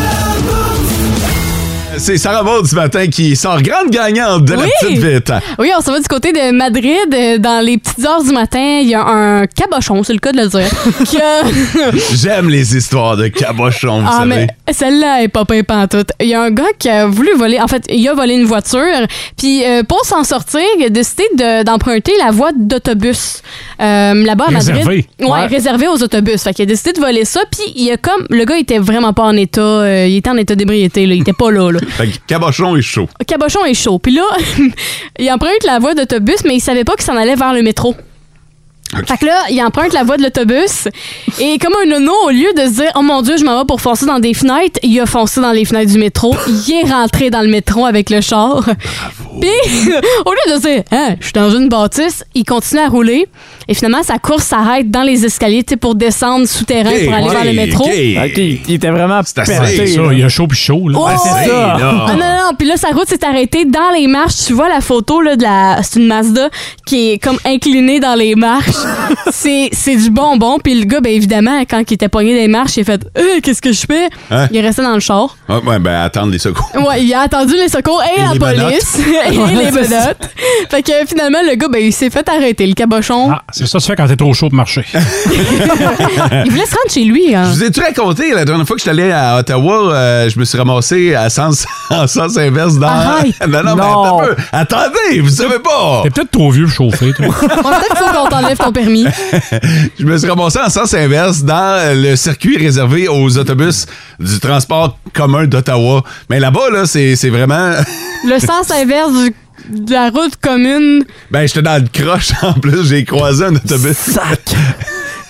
C'est Sarah Maud ce matin qui sort grande gagnante de la Oui. petite vite. Oui, on s'en va du côté de Madrid. Euh, Dans les petites heures du matin, il y a un cabochon, c'est le cas de le dire, qui a... J'aime les histoires de cabochons, vous Ah, savez. mais celle-là est pas pire pantoute. Il y a un gars qui a voulu voler, en fait, il a volé une voiture, puis euh, pour s'en sortir, il a décidé de- d'emprunter la voie d'autobus. Euh, là-bas à Madrid. Réservé. Ouais, Ouais. réservé aux autobus. Fait qu'il a décidé de voler ça, puis il a comme, le gars était vraiment pas en état, euh, il était en état d'ébriété, là, il était pas là, là. Fait que cabochon est chaud. Cabochon est chaud. Puis là, il emprunte la voie d'autobus, mais il savait pas qu'il s'en allait vers le métro. Fait que là, il emprunte la voie de l'autobus et comme un nono, au lieu de se dire « Oh mon Dieu, je m'en vais pour foncer dans des fenêtres », il a foncé dans les fenêtres du métro. Il est rentré dans le métro avec le char. Puis, au lieu de se dire « Hein, je suis dans une bâtisse », il continue à rouler et finalement, sa course s'arrête dans les escaliers, tu sais, pour descendre souterrain Ok, pour aller ouais, vers le métro. ok. OK, il était vraiment C'est assez, pété, C'est ça, là. il y a chaud puis chaud. Là. Oh, Ouais, c'est ça. là. Ah non, non, non. Puis là, sa route s'est arrêtée dans les marches. Tu vois la photo là, de la. C'est une Mazda qui est comme inclinée dans les marches. c'est, c'est du bonbon. Puis le gars, ben évidemment, quand il était pogné dans les marches, il a fait euh, qu'est-ce que je fais? Hein? Il est resté dans le char. Ah, ouais, ben, attendre les secours. Ouais, il a attendu les secours et, Et la les police et les menottes. Fait que finalement, le gars, ben, il s'est fait arrêter, le cabochon. Ah, c'est ça que tu fais quand t'es trop chaud pour marcher. Il voulait se rendre chez lui. Hein. Je vous ai-tu raconté, la dernière fois que je suis allé à Ottawa, euh, je me suis ramassé à sens, en sens inverse dans... Arrête. non, non, mais Non. attends un peu. Attendez, vous savez pas! T'es peut-être trop vieux pour chauffer, toi. Bon, peut-être qu'il faut qu'on t'enlève ton permis. Je me suis ramassé en sens inverse dans le circuit réservé aux autobus du transport commun d'Ottawa. Mais là-bas, là, c'est, c'est vraiment... Le sens inverse du- de la route commune. Ben, j'étais dans le croche en plus, j'ai croisé un autobus. Sac.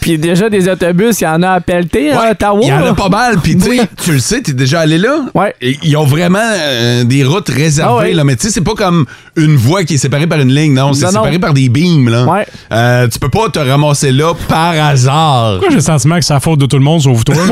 Puis déjà, des autobus, il y en a à pelleter Ouais, à Ottawa. il y en a pas mal. Puis tu sais, Oui. tu le sais, t'es déjà allé là. Ouais. Et ils ont vraiment euh, des routes réservées. Ah ouais. Là, mais tu sais, c'est pas comme une voie qui est séparée par une ligne. Non, c'est Non, non. séparé par des beams. Là. Ouais. Euh, tu peux pas te ramasser là par hasard. Pourquoi j'ai le sentiment que c'est la faute de tout le monde sauf toi?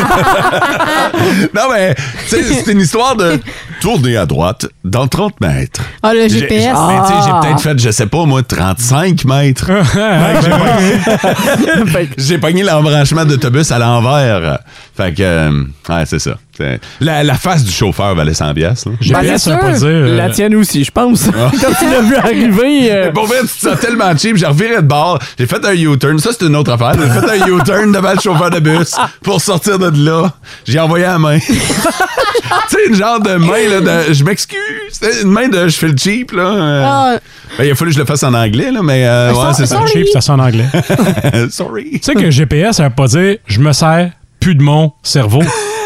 Non, mais tu sais, c'est une histoire de tourner à droite dans trente mètres. Ah, le G P S. J'ai- mais tu sais, j'ai peut-être fait, je sais pas, moi, trente-cinq mètres. Fait que j'ai pogné- Fait que- J'ai pogné l'embranchement d'autobus à l'envers. Fait que, euh, ouais, c'est ça. C'est- La, la face du chauffeur valait cent piastres. là. G P S, ça veut pas dire. euh, La tienne aussi, je pense. Ah. Quand tu l'as vu arriver. euh, Mais pour vrai, tu te sens tellement cheap. J'ai reviré de bord. J'ai fait un U-turn. Ça, c'est une autre affaire. J'ai fait un U-turn devant le chauffeur de bus pour sortir de là. J'ai envoyé la main. Tu sais, une genre de main, là, de je m'excuse. C'était une main de je fais le cheap, là. Euh, Ah, ben, il a fallu que je le fasse en anglais, là, mais euh, ouais, c'est ça. sorry. cheap, ça sonne en anglais. Sorry. Tu sais que G P S, ça veut pas dire je me sers plus de mon cerveau.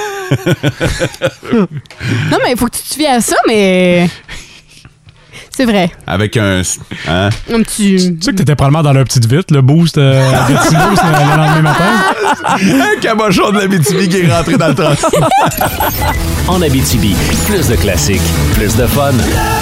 non, mais il faut que tu te fies à ça, mais. C'est vrai. Avec un. Hein? Un petit. Tu sais que t'étais probablement dans leur petite vite, le boost euh, de Gatineau, c'est le le lendemain matin. Un cabochon de l'Abitibi qui est rentré dans le transport. En Abitibi, plus de classiques, plus de fun.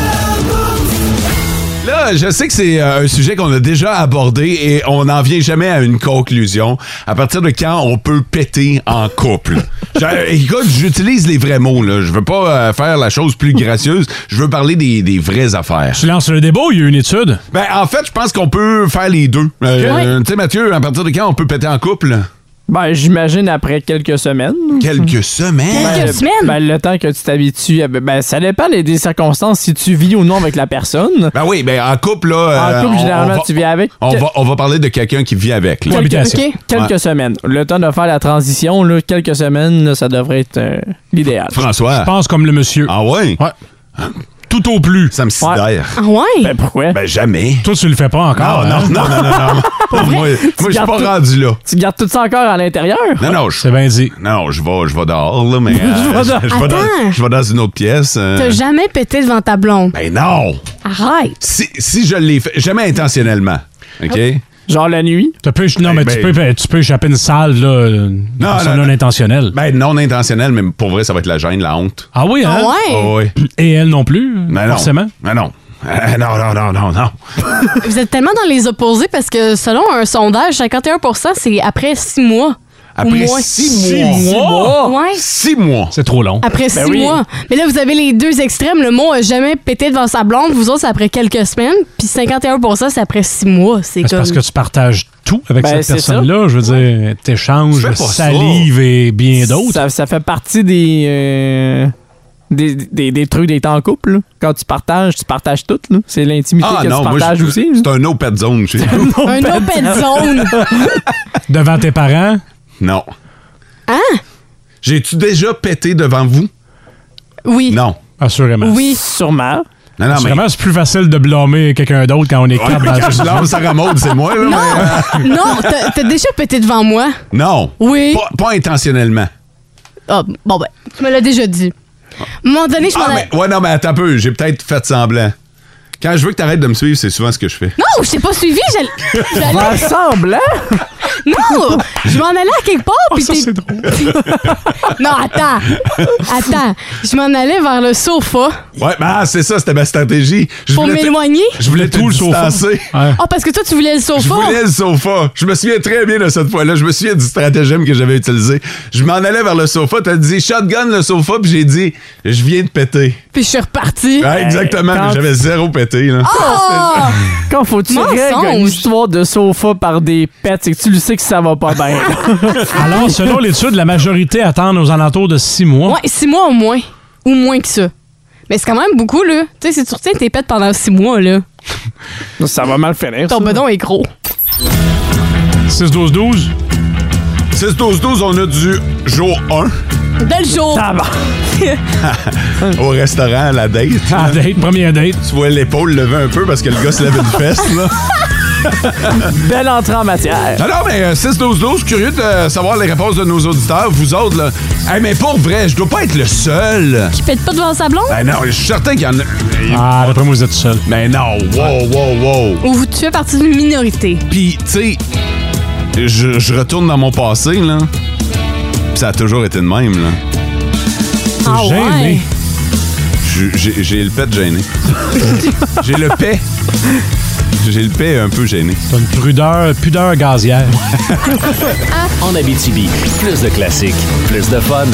Là, je sais que c'est euh, un sujet qu'on a déjà abordé et on n'en vient jamais à une conclusion. À partir de quand on peut péter en couple? Je- écoute, j'utilise les vrais mots, là. Je veux pas euh, faire la chose plus gracieuse. Je veux parler des, des vraies affaires. Tu lances le débat ou il y a une étude? Ben, en fait, je pense qu'on peut faire les deux. Euh, Tu sais, Mathieu, à partir de quand on peut péter en couple? Ben, j'imagine après quelques semaines. Quelques semaines? Quelques Ben, semaines? Ben, le temps que tu t'habitues. à- Ben, ça dépend des, des circonstances si tu vis ou non avec la personne. Ben oui, ben en couple, là... En couple, euh, on- généralement, on va- tu vis avec. On va, on va parler de quelqu'un qui vit avec. là. Cohabitation. Ok. Quelques Ouais. semaines. Le temps de faire la transition, là, quelques semaines, là, ça devrait être euh, l'idéal. François. Je pense comme le monsieur. Ah ouais? Ouais. Tout au plus. Ça me sidère. Ah ouais? Ben, pourquoi? Ben jamais. Toi, tu le fais pas encore. Non, hein? non, non, non, non, non. Moi, moi, je suis gardes pas tout- rendu là. Tu gardes tout ça encore à l'intérieur? Non, non, je C'est bien dit. non, je vais, je vais dehors, là, mais. euh, Je vais dehors. je vais dans, Attends. je vais dans une autre pièce. euh. T'as jamais pété devant ta blonde. Ben non! Arrête. Si, si je l'ai fait, jamais intentionnellement. OK? Genre la nuit? Tu peux, non, mais Ben, tu, peux, tu peux échapper une salve, là, de façon non, non non. intentionnelle. Ben non intentionnel, mais pour vrai, ça va être la gêne, la honte. Ah oui, hein? Ah ouais? Oh, oui. Et elle non plus, Ben non. forcément. Ben non. Euh, non, non, non, non, non. Vous êtes tellement dans les opposés parce que selon un sondage, cinquante et un pour cent c'est après six mois. Après Ou moins. six mois. Ouais. Six mois. C'est trop long. Après six oui. mois. Mais là, vous avez les deux extrêmes. Le mot a jamais pété devant sa blonde. Vous autres, c'est après quelques semaines. Puis cinquante et un pour cent c'est après six mois. C'est C'est comme. parce que tu partages tout avec Ben, cette c'est personne-là. Je veux dire, t'échanges Tu fais pas ça. salive et bien d'autres. Ça, ça fait partie des, euh, des, des, des trucs des temps en couple. là. Quand tu partages, tu partages tout. là. C'est l'intimité Ah que non, tu moi, partages je- aussi. là. c'est un no pet zone chez nous. Un open zone. Devant tes parents. Non. Hein? J'ai-tu déjà pété devant vous? Oui. Non. Assurément. Oui. Sûrement. Non, non, mais. Assurément, c'est plus facile de blâmer quelqu'un d'autre quand on est Ouais, quatre mais dans quand le je lance Sarah Maud, c'est moi, là. mais, euh, Non, t'as t'as déjà pété devant moi. non. Oui. Pas, pas intentionnellement. Ah, bon, ben, tu me l'as déjà dit. À un moment donné, je m'en Ah, ai- mais, ouais, non, mais attends un peu. J'ai peut-être fait semblant. Quand je veux que t'arrêtes de me suivre, c'est souvent ce que je fais. Non, je t'ai pas suivi. j'allais- j'allais- Faire semblant? Non! Je m'en allais à quelque part, puis ça, t'es- c'est drôle. Non, attends. Attends. Je m'en allais vers le sofa Ouais, ben, ah, c'est ça, c'était ma stratégie. Je pour voulais te- m'éloigner. Je voulais Tout tout le le sofa. distancer. Ouais. Ah, parce que toi, tu voulais le sofa. Je voulais le sofa. Je me souviens très bien de cette fois-là. Je me souviens du stratagème que j'avais utilisé. Je m'en allais vers le sofa. T'as dit shotgun le sofa, puis j'ai dit je viens de péter. Puis je suis repartie. Ouais, exactement, quand- mais j'avais zéro pété. Là. Ah! Quand faut que tu Mensonge. règles une histoire de sofa par des pets, c'est que tu le sais que ça va pas bien. Alors, selon l'étude, la majorité attendent aux alentours de six mois. Ouais, six mois au moins. Ou moins que ça. Mais c'est quand même beaucoup, là. Tu sais, si tu retiens tes pets pendant six mois, là, Ça va mal finir. ton ça. bedon est gros. six douze douze. six douze douze, on a du jour un Bel jour. Tabarnak. au restaurant à la date. Ah, date, première date. Tu vois l'épaule lever un peu parce que le gars se lève une fesse. Là. Belle entrée en matière. Non, non, mais euh, six douze douze, curieux de euh, savoir les réponses de nos auditeurs. Vous autres, là. Hey, mais pour vrai, je dois pas être le seul. Qui pète pas devant sa blonde? Ben non, je suis certain qu'il y en a. Ah, d'après moi, vous êtes seul. Mais non, wow, wow, wow. Ou tu fais partie d'une minorité? Puis, tu sais, je, je retourne dans mon passé, là. Puis ça a toujours été de même, là. Ah gêné. ouais. Je- J'ai j'ai le pet gêné. J'ai le pet. J'ai le pet un peu gêné. T'as une pudeur, pudeur gazière. En Abitibi, plus de classiques, plus de fun.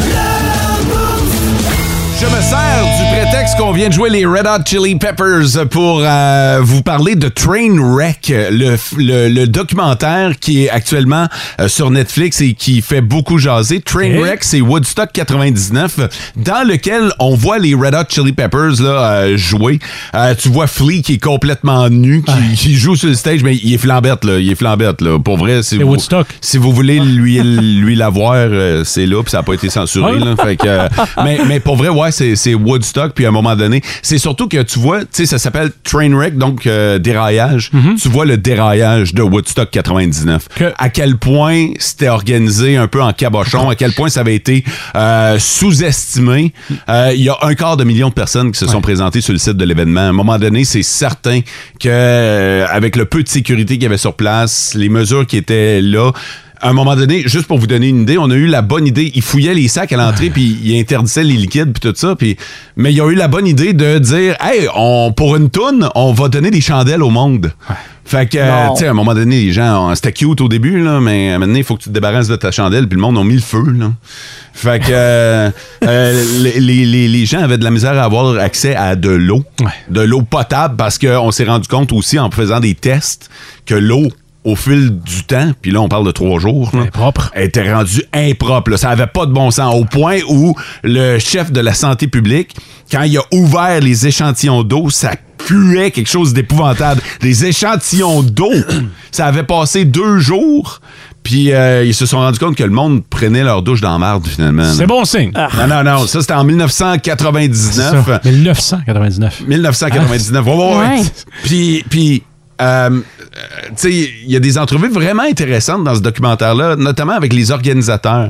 Je me sers du prétexte qu'on vient de jouer les Red Hot Chili Peppers pour euh, vous parler de Trainwreck, le, le, le documentaire qui est actuellement euh, sur Netflix et qui fait beaucoup jaser. Trainwreck, c'est Woodstock quatre-vingt-dix-neuf, dans lequel on voit les Red Hot Chili Peppers là, euh, jouer. Euh, tu vois Flea qui est complètement nu, qui, ouais. qui joue sur le stage, mais il est flambette, là. Il est flambette, là. Pour vrai, si vous, Woodstock. si vous voulez lui, lui l'avoir, euh, c'est là, puis ça n'a pas été censuré. Ouais. Là, fait que, euh, mais, mais pour vrai, ouais, c'est, c'est Woodstock, puis à un moment donné, c'est surtout que tu vois, tu sais, ça s'appelle Trainwreck, donc euh, déraillage. Mm-hmm. Tu vois le déraillage de Woodstock quatre-vingt-dix-neuf. Que... À quel point c'était organisé un peu en cabochon, à quel point ça avait été euh, sous-estimé. Il euh, y a un quart de million de personnes qui se ouais. sont présentées sur le site de l'événement. À un moment donné, c'est certain que euh, avec le peu de sécurité qu'il y avait sur place, les mesures qui étaient là, à un moment donné, juste pour vous donner une idée, on a eu la bonne idée. Ils fouillaient les sacs à l'entrée, puis ils interdisaient les liquides, puis tout ça. Puis, mais ils ont eu la bonne idée de dire, hey, on, pour une toune, on va donner des chandelles au monde. Ouais. Fait que, euh, tu sais, à un moment donné, les gens, c'était cute au début, là, mais maintenant, il faut que tu te débarrasses de ta chandelle, puis le monde a mis le feu, là. Fait que, euh, euh, les, les, les gens avaient de la misère à avoir accès à de l'eau, ouais. de l'eau potable, parce qu'on s'est rendu compte aussi, en faisant des tests, que l'eau, au fil du temps, puis là, on parle de trois jours, là, impropre. Elle était rendue impropre. Là. Ça avait pas de bon sens. Au point où le chef de la santé publique, quand il a ouvert les échantillons d'eau, ça puait quelque chose d'épouvantable. Les échantillons d'eau, ça avait passé deux jours, puis euh, ils se sont rendus compte que le monde prenait leur douche dans la marde, finalement. C'est là. Bon signe. Ah. Non, non, non. Ça, c'était en dix-neuf cent quatre-vingt-dix-neuf. dix-neuf cent quatre-vingt-dix-neuf. dix-neuf cent quatre-vingt-dix-neuf. Ah. Ouais, ouais, ouais. Puis... puis Euh, tu sais, il y a des entrevues vraiment intéressantes dans ce documentaire-là, notamment avec les organisateurs,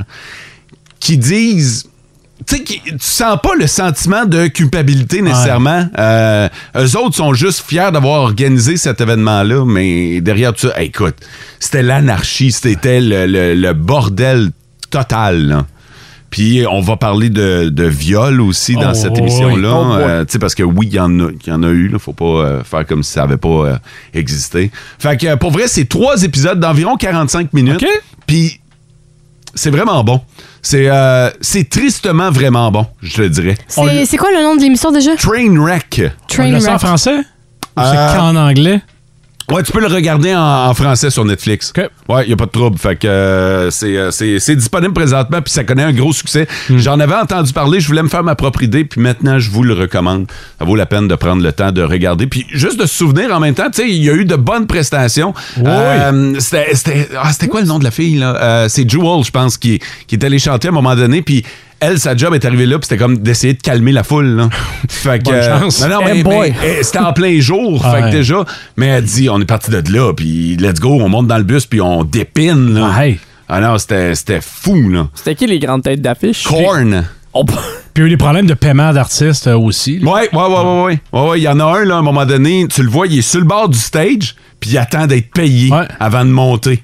qui disent... Tu sais, tu sens pas le sentiment de culpabilité nécessairement. Ouais. Euh, eux autres sont juste fiers d'avoir organisé cet événement-là, mais derrière tout ça, hey, écoute, c'était l'anarchie, c'était le, le, le bordel total, là. Puis on va parler de, de viol aussi dans oh, cette émission-là. Oh, euh, tu sais, parce que oui, il y en a, il y en a eu. Il faut pas euh, faire comme si ça n'avait pas euh, existé. Fait que pour vrai, c'est trois épisodes d'environ quarante-cinq minutes. Okay. Puis c'est vraiment bon. C'est, euh, c'est tristement vraiment bon, je te dirais. C'est, c'est quoi le nom de l'émission déjà? Trainwreck. Trainwreck. C'est en français? Ou Euh, c'est qu'en anglais? Ouais, tu peux le regarder en, en français sur Netflix. Okay. Ouais, il n'y a pas de trouble. Fait que euh, c'est, euh, c'est, c'est disponible présentement, puis ça connaît un gros succès. Mm. J'en avais entendu parler, je voulais me faire ma propre idée, puis maintenant, je vous le recommande. Ça vaut la peine de prendre le temps de regarder, puis juste de se souvenir en même temps, tu sais, il y a eu de bonnes prestations. Oui. Euh, c'était, c'était, ah, c'était quoi le nom de la fille, là? Euh, c'est Jewel, je pense, qui, qui est allée chanter à un moment donné, puis elle, sa job est arrivée là, puis c'était comme d'essayer de calmer la foule, là. Fait que. Bonne chance. Non, non, mais, hey mais, mais c'était en plein jour. Ah, fait que ouais. déjà, mais elle dit, on est parti de là, puis let's go, on monte dans le bus, puis on dépine, là. Ah, hey. Ah non, c'était, c'était fou, là. C'était qui les grandes têtes d'affiche? Korn. Oh, Puis il y a eu des problèmes de paiement d'artistes euh, aussi. Là. Ouais, ouais, ouais, ouais, ouais. Ouais, ouais, il y en a un, là, à un moment donné, tu le vois, il est sur le bord du stage, puis il attend d'être payé ouais. avant de monter.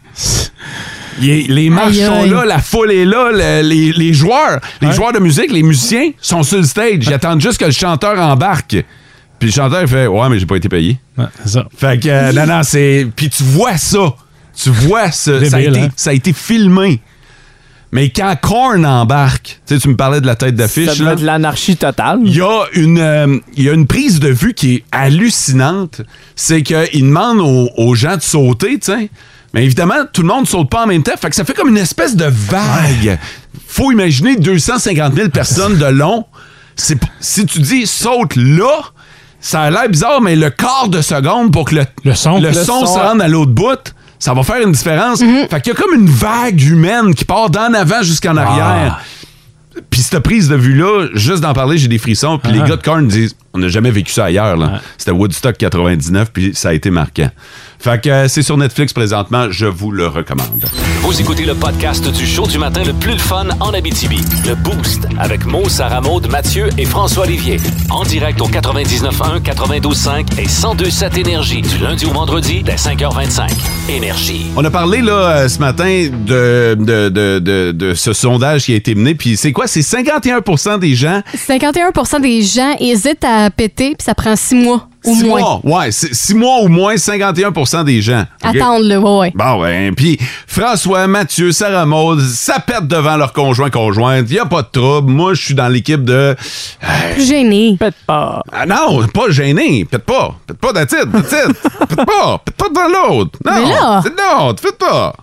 Il est, les marches aïe, sont aïe. là, la foule est là, le, les, les joueurs, les ouais. joueurs de musique, les musiciens sont sur le stage. Ils attendent juste que le chanteur embarque. Puis le chanteur il fait « Ouais, mais j'ai pas été payé. Ouais, » c'est ça. Fait que, euh, non, non, c'est... Puis tu vois ça. Tu vois ça. Débile, ça, a été, hein? ça a été filmé. Mais quand Korn embarque, tu sais, tu me parlais de la tête d'affiche. Ça doit être de l'anarchie totale. Il y a une, euh, il y a une prise de vue qui est hallucinante. C'est qu'il demande aux, aux gens de sauter, tu sais. Mais évidemment, tout le monde ne saute pas en même temps. Fait que ça fait comme une espèce de vague. Ouais. Faut imaginer deux cent cinquante mille personnes de long. C'est, si tu dis saute là, ça a l'air bizarre, mais le quart de seconde pour que le, le son, le le son, son se rende à l'autre bout, ça va faire une différence. Mm-hmm. Fait qu'il y a comme une vague humaine qui part d'en avant jusqu'en arrière. Ah. Puis cette prise de vue-là, juste d'en parler, j'ai des frissons. Puis ah. les gars de Korn disent, on n'a jamais vécu ça ailleurs. Là. Ah. C'était Woodstock quatre-vingt-dix-neuf, puis ça a été marquant. Fait que euh, c'est sur Netflix présentement, je vous le recommande. Vous écoutez le podcast du show du matin le plus le fun en Abitibi. Le Boost avec Mo, Sarah Maud, Mathieu et François Olivier. En direct au quatre-vingt-dix-neuf un, quatre-vingt-douze cinq et cent deux sept Énergie du lundi au vendredi dès cinq heures vingt-cinq. Énergie. On a parlé là euh, ce matin de, de, de, de, de ce sondage qui a été mené, puis c'est quoi? C'est cinquante et un pour cent des gens... cinquante et un pour cent des gens hésitent à péter, puis ça prend six mois. Ou six moins. mois, ouais, c'est six mois ou moins, cinquante et un pour cent des gens. Okay? Attendre-le, ouais, ouais. Bon, ben, puis François, Mathieu, Sarah Maud, ça pète devant leur conjoint, conjointe. Il n'y a pas de trouble. Moi, je suis dans l'équipe de... Euh... Gêné. Pète pas. Ah non, pas gêné. Pète pas. Pète pas d'attitude. Pète Pète pas. Pète pas devant l'autre. Non, mais là... c'est l'autre. Faites pas.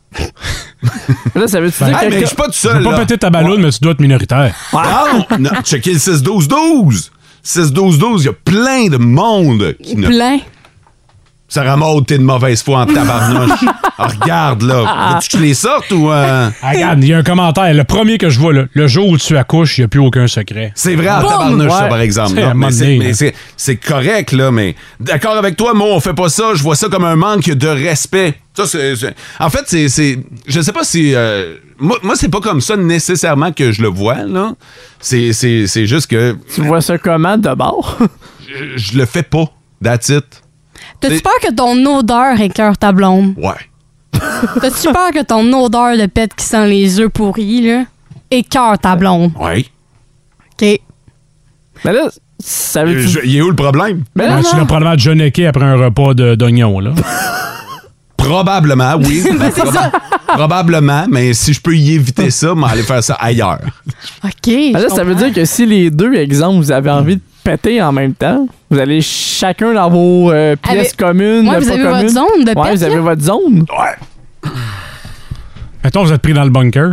Là, ça veut-tu ben, dire hey, mais je suis pas tout seul. Tu peux pas là. péter ta ballonne, ouais. mais tu dois être minoritaire. Non, non, checkez le six douze douze. six douze douze, il y a plein de monde qui ne... Plein. Sarah Maud, t'es de mauvaise foi en tabarnouche. Ah, regarde, là. Veux-tu que je les sorte ou... Euh... Ah, regarde, il y a un commentaire. Le premier que je vois, là, le jour où tu accouches, il n'y a plus aucun secret. C'est vrai en Boum! tabarnouche, Ouais. ça, par exemple. C'est Non, à mais c'est, donné, mais là. c'est, c'est correct, là, mais... D'accord avec toi, moi, on fait pas ça. Je vois ça comme un manque de respect. Ça, c'est... c'est... En fait, c'est... c'est... Je sais pas si... Euh... Moi, moi, c'est pas comme ça nécessairement que je le vois, là. C'est, c'est, c'est juste que... Tu vois ça comment, de bord? Je, je le fais pas. That's it. T'as-tu C'est- peur que ton odeur écœure ta blonde? Ouais. T'as-tu peur que ton odeur de pète qui sent les œufs pourris, là, écœure ta blonde? Ouais. OK. Mais là, ça veut Je- Il est où le problème? Mais Ouais, non, tu non. l'as probablement déjà necké après un repas de, d'oignons, là. Probablement, oui. Ben, c'est ça. Probablement, mais si je peux y éviter ça, m'en aller faire ça ailleurs. OK. Mais là, je ça veut comprends. dire que si les deux, exemple, vous avez envie de péter en même temps, vous allez chacun dans vos euh, pièces Avec- communes, Ouais, pas vous avez communes. votre zone de Ouais, pète, vous avez là? votre zone. Ouais. Mettons, vous êtes pris dans le bunker.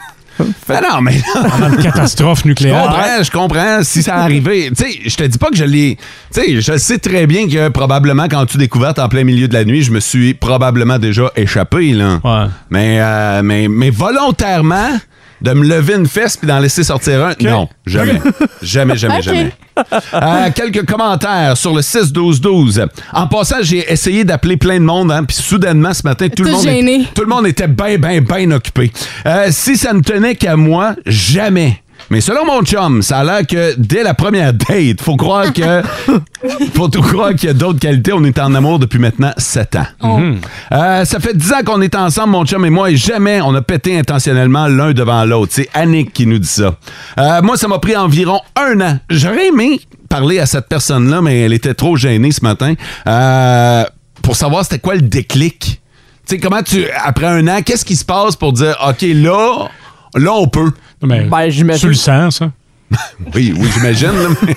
Ah non, mais là, Dans une catastrophe je nucléaire. comprends, je comprends si ça arrivait. Tu sais, je te dis pas que je l'ai... Tu sais, je sais très bien que probablement, quand tu découverte en plein milieu de la nuit, je me suis probablement déjà échappé, là. Ouais. Mais, euh, mais, mais volontairement, de me lever une fesse puis d'en laisser sortir un, non, jamais. Jamais, jamais, Ok. jamais. Euh, quelques commentaires sur le six douze douze. En passant, j'ai essayé d'appeler plein de monde, hein, puis soudainement, ce matin, tout le Tout monde, gêné. est- tout le monde était bien, bien, bien occupé. Euh, si ça ne tenait qu'à moi, jamais. Mais selon mon chum, ça a l'air que dès la première date, faut croire que faut tout croire qu'il y a d'autres qualités. On est en amour depuis maintenant sept ans. Euh, ça fait dix ans qu'on est ensemble, mon chum et moi, et jamais on a pété intentionnellement l'un devant l'autre. C'est Annick qui nous dit ça. Euh, moi, ça m'a pris environ un an. J'aurais aimé parler à cette personne-là, mais elle était trop gênée ce matin euh, pour savoir c'était quoi le déclic. Tu sais, comment tu... Après un an, qu'est-ce qui se passe pour dire, OK, là... Là, on peut. Mais Ben, j'imagine- tu le sens, ça? Oui, oui, j'imagine. Là, mais...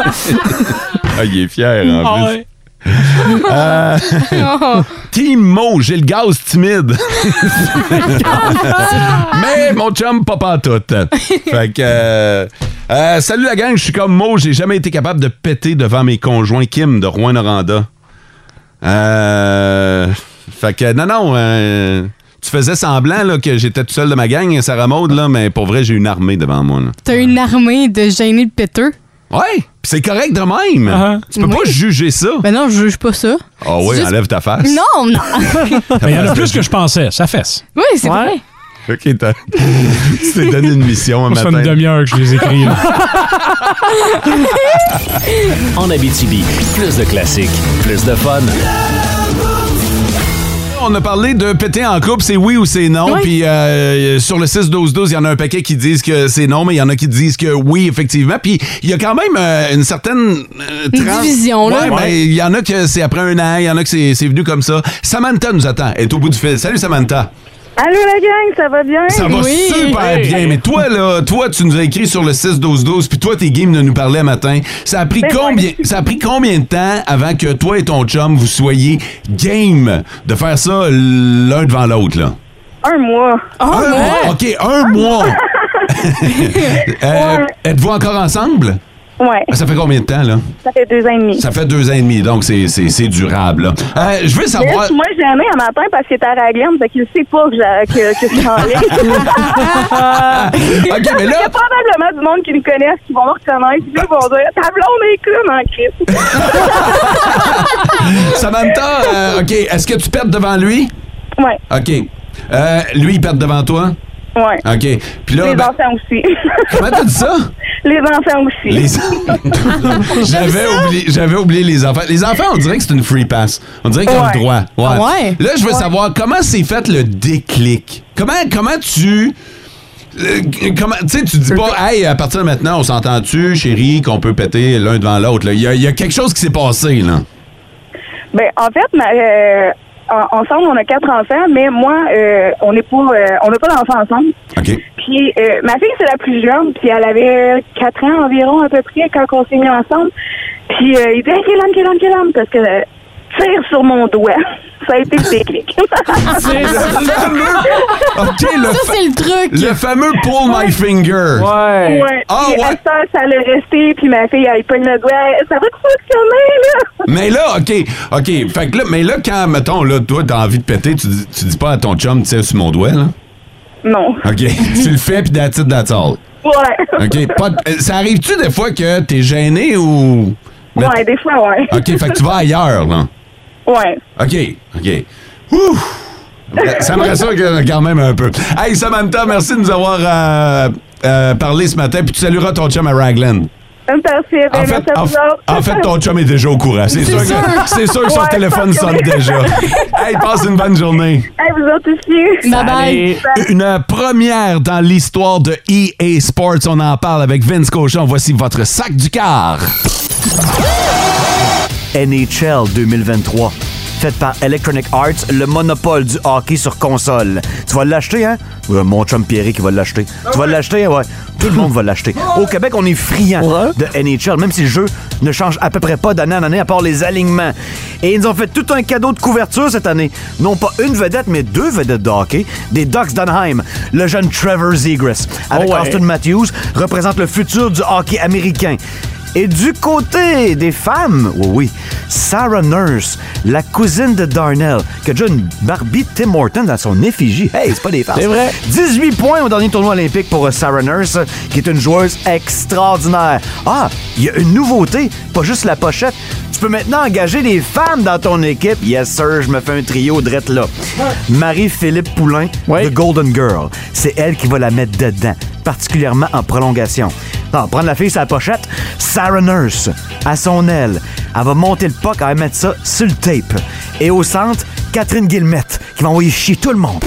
ah, il est fier, en Ah plus. ouais. Euh, Team Mo, j'ai le gaz timide. Mais mon chum, pas pantoute. Fait que... euh, euh, salut la gang, je suis comme Mo, j'ai jamais été capable de péter devant mes conjoints Kim de Rouyn-Noranda. Euh... Fait que, non, non... Euh, tu faisais semblant là, que j'étais tout seul de ma gang, Sarah Maud, là, mais pour vrai, j'ai une armée devant moi. Là. T'as une armée de gênés de péteux. Ouais, pis c'est correct de même. Uh-huh. Tu peux Oui. pas juger ça. Ben non, je juge pas ça. Ah oui, c'est juste- enlève ta face. Non, non. Ben, il y en a plus que je pensais. Ça fesse. Oui, c'est Ouais. vrai. OK, t'as... tu t'es donné une mission un Ça fait matin. une demi-heure que je les écris. Là. En Abitibi, plus de classiques, plus de fun. On a parlé de péter en couple, c'est oui ou c'est non. Oui. Puis euh, sur le six douze douze, il y en a un paquet qui disent que c'est non, mais il y en a qui disent que oui, effectivement. Puis il y a quand même euh, une certaine... euh, Une trans- division, là. Ouais, Ouais. mais il y en a que c'est après un an, il y en a que c'est, c'est venu comme ça. Samantha nous attend, elle est au bout du fil. Salut Samantha. Allô la gang, ça va bien? Ça va Oui. super bien. Mais toi, là, toi, tu nous as écrit sur le six douze douze, puis toi, t'es game de nous parler un matin. Ça a pris Ben combien ça a pris combien de temps avant que toi et ton chum, vous soyez game de faire ça l'un devant l'autre, là? Un mois. Oh, un ouais. mois? OK, un mois. Euh, Êtes-vous encore ensemble? Ouais. Ça fait combien de temps, là? Ça fait deux ans et demi. Ça fait deux ans et demi, donc c'est, c'est, c'est durable, là. Euh, je veux savoir... Mais là, moi, j'ai un un matin parce qu'il était à Raglan, fait qu'il sait pas que, j'ai, que, que je suis en ligne. OK, mais là... Il y a probablement du monde qui me connaissent, qui vont me reconnaître, puis là, ils vont dire « Ta blonde est clown en Christ. » Samantha, euh, OK, est-ce que tu perds devant lui? Ouais. OK. Euh, lui, il perd devant toi? Ouais. OK. Puis là, Les ben, enfants aussi. comment t'as dit ça? Les enfants aussi. Les... j'avais, oublié, j'avais oublié les enfants. Les enfants, on dirait que c'est une free pass. On dirait qu'ils ont Ouais. le droit. Ouais. Ah ouais? Là, je veux Ouais. savoir comment s'est fait le déclic. Comment, comment tu... euh, comment, tu sais, tu dis pas, hey, à partir de maintenant, on s'entend-tu, chérie, qu'on peut péter l'un devant l'autre. là? Il y a, il y a quelque chose qui s'est passé, là. Ben, en fait, ma, euh, en- ensemble, on a quatre enfants, mais moi, euh, on n'est pas, euh, on n'a pas d'enfants ensemble. OK. Puis, euh, ma fille, c'est la plus jeune, puis elle avait quatre ans environ, à peu près, quand on s'est mis ensemble. Puis, euh, il dit, hey, quel homme, quel homme, quel homme, parce que euh, tire sur mon doigt. Ça a été le déclic. C'est le fameux... OK, le, Ça, fa- c'est le truc. le fameux pull my finger. Ouais. Ouais. Ah, Puis, ouais. à ça, ça l'a resté, puis ma fille, elle pogne le doigt. Ça va te fonctionner, là? Mais là, OK, OK. Fait que là, mais là, quand, mettons, là, toi, t'as envie de péter, tu, dis- tu dis pas à ton chum, tu sais, sur mon doigt, là? Non. OK. Tu le fais, puis that's it, that's all. Ouais. OK. Pas de- euh, ça arrive-tu des fois que t'es gêné ou... Mais- Ouais, des fois, ouais. OK, fait que tu vas ailleurs, là. Ouais. OK, OK. Ouh! Ça me rassure que- quand même un peu. Hey, Samantha, merci de nous avoir euh, euh, parlé ce matin, puis tu salueras ton chum à Raglan. Merci, ben, En fait, merci à en, vous autres. en fait, ton chum est déjà au courant. C'est, sûr, sûr. Que, c'est sûr que son Ouais, téléphone je pense sonne que oui. déjà. Hey, passe une bonne journée. Hey, vous autres aussi. Bye bye. Une première dans l'histoire de E A Sports. On en parle avec Vince Cochon. Voici votre sac du quart. N H L deux mille vingt-trois. Faite par Electronic Arts, le monopole du hockey sur console. Tu vas l'acheter, hein? Euh, mon chum Pierre qui va l'acheter. Tu vas l'acheter, ouais. Tout le monde va l'acheter. Au Québec, on est friand de N H L, même si le jeu ne change à peu près pas d'année en année, à part les alignements. Et ils nous ont fait tout un cadeau de couverture cette année. Non pas une vedette, mais deux vedettes de hockey. Des Ducks d'Anaheim. Le jeune Trevor Zegras, avec Oh ouais. Austin Matthews, représente le futur du hockey américain. Et du côté des femmes, oui, oui, Sarah Nurse, la cousine de Darnell, qui a déjà une Barbie Tim Horton dans son effigie. Hey, c'est pas des farces. C'est vrai. dix-huit points au dernier tournoi olympique pour Sarah Nurse, qui est une joueuse extraordinaire. Ah, il y a une nouveauté, pas juste la pochette. Tu peux maintenant engager des femmes dans ton équipe. Yes, sir, je me fais un trio drette là. Marie-Philippe Poulain, Ouais. The Golden Girl. C'est elle qui va la mettre dedans, particulièrement en prolongation. Non, prendre la fille sur la pochette, Sarah Nurse, à son aile. Elle va monter le puck, elle va mettre ça sur le tape. Et au centre, Catherine Guillemette, qui va envoyer chier tout le monde.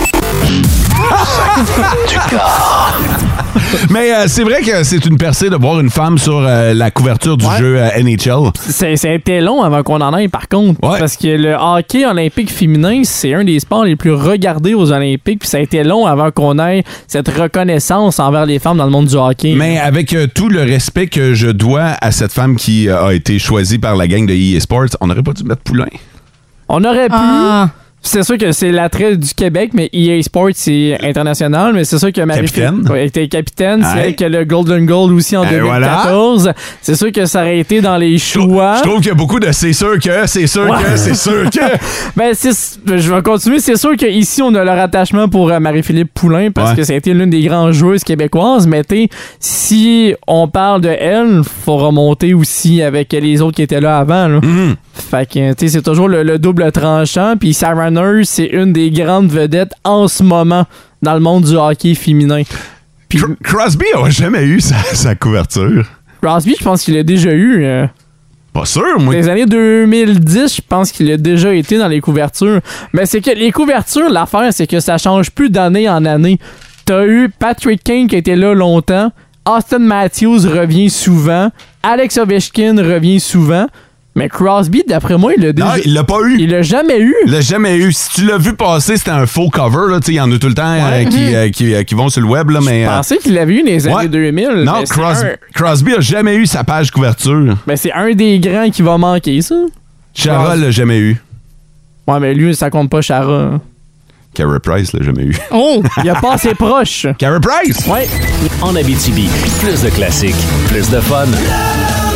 Mais euh, c'est vrai que c'est une percée de voir une femme sur euh, la couverture du Ouais. jeu euh, N H L. C'est, ça a été long avant qu'on en aille, par contre. Ouais. Parce que le hockey olympique féminin, c'est un des sports les plus regardés aux Olympiques. Puis ça a été long avant qu'on ait cette reconnaissance envers les femmes dans le monde du hockey. Mais avec euh, tout le respect que je dois à cette femme qui euh, a été choisie par la gang de E A Sports, on n'aurait pas dû mettre Poulain. On aurait pu. Ah. C'est sûr que c'est l'attrait du Québec, mais E A Sports, c'est international. Mais c'est sûr que Marie-Philippe Capitaine. ouais, était capitaine. C'est Ouais. elle qui a le Golden Goal aussi en Et deux mille quatorze. C'est sûr que ça aurait été dans les choix. Je trouve qu'il y a beaucoup de c'est sûr que, c'est sûr Ouais. que, c'est sûr que. Ben, c'est- je vais continuer. C'est sûr qu'ici, on a leur attachement pour euh, Marie-Philippe Poulain parce Ouais. que ça a été l'une des grandes joueuses québécoises. Mais t'sais, si on parle de elle, faut remonter aussi avec les autres qui étaient là avant. Là. Mm. Fait que, tu sais, c'est toujours le, le double tranchant. Puis Sarah Nurse, c'est une des grandes vedettes en ce moment dans le monde du hockey féminin. Puis Cr- Crosby a jamais eu sa, sa couverture. Crosby, je pense qu'il l'a déjà eu. euh, Pas sûr, moi. Dans les années deux mille dix, je pense qu'il a déjà été dans les couvertures. Mais c'est que les couvertures, l'affaire, c'est que ça change plus d'année en année. T'as eu Patrick Kane qui était là longtemps. Austin Matthews revient souvent. Alex Ovechkin revient souvent. Mais Crosby, d'après moi, il l'a déjà... Non, il l'a pas eu. Il l'a jamais eu. Il l'a jamais eu. Si tu l'as vu passer, c'était un faux cover. là. Tu sais, il y en a tout le temps euh, Ouais. qui, euh, qui, euh, qui vont sur le web. Là, mais, Je euh, pensais qu'il l'avait eu dans les ouais. années deux mille. Non, mais c'est Cros- un- Crosby a jamais eu sa page couverture. Ben, c'est un des grands qui va manquer, ça. Chara l'a jamais eu. Ouais, mais lui, ça compte pas Chara. Carey Price l'a jamais eu. Oh! Il a pas assez proche. Carey Price? Ouais. En Abitibi, plus de classiques, plus de fun.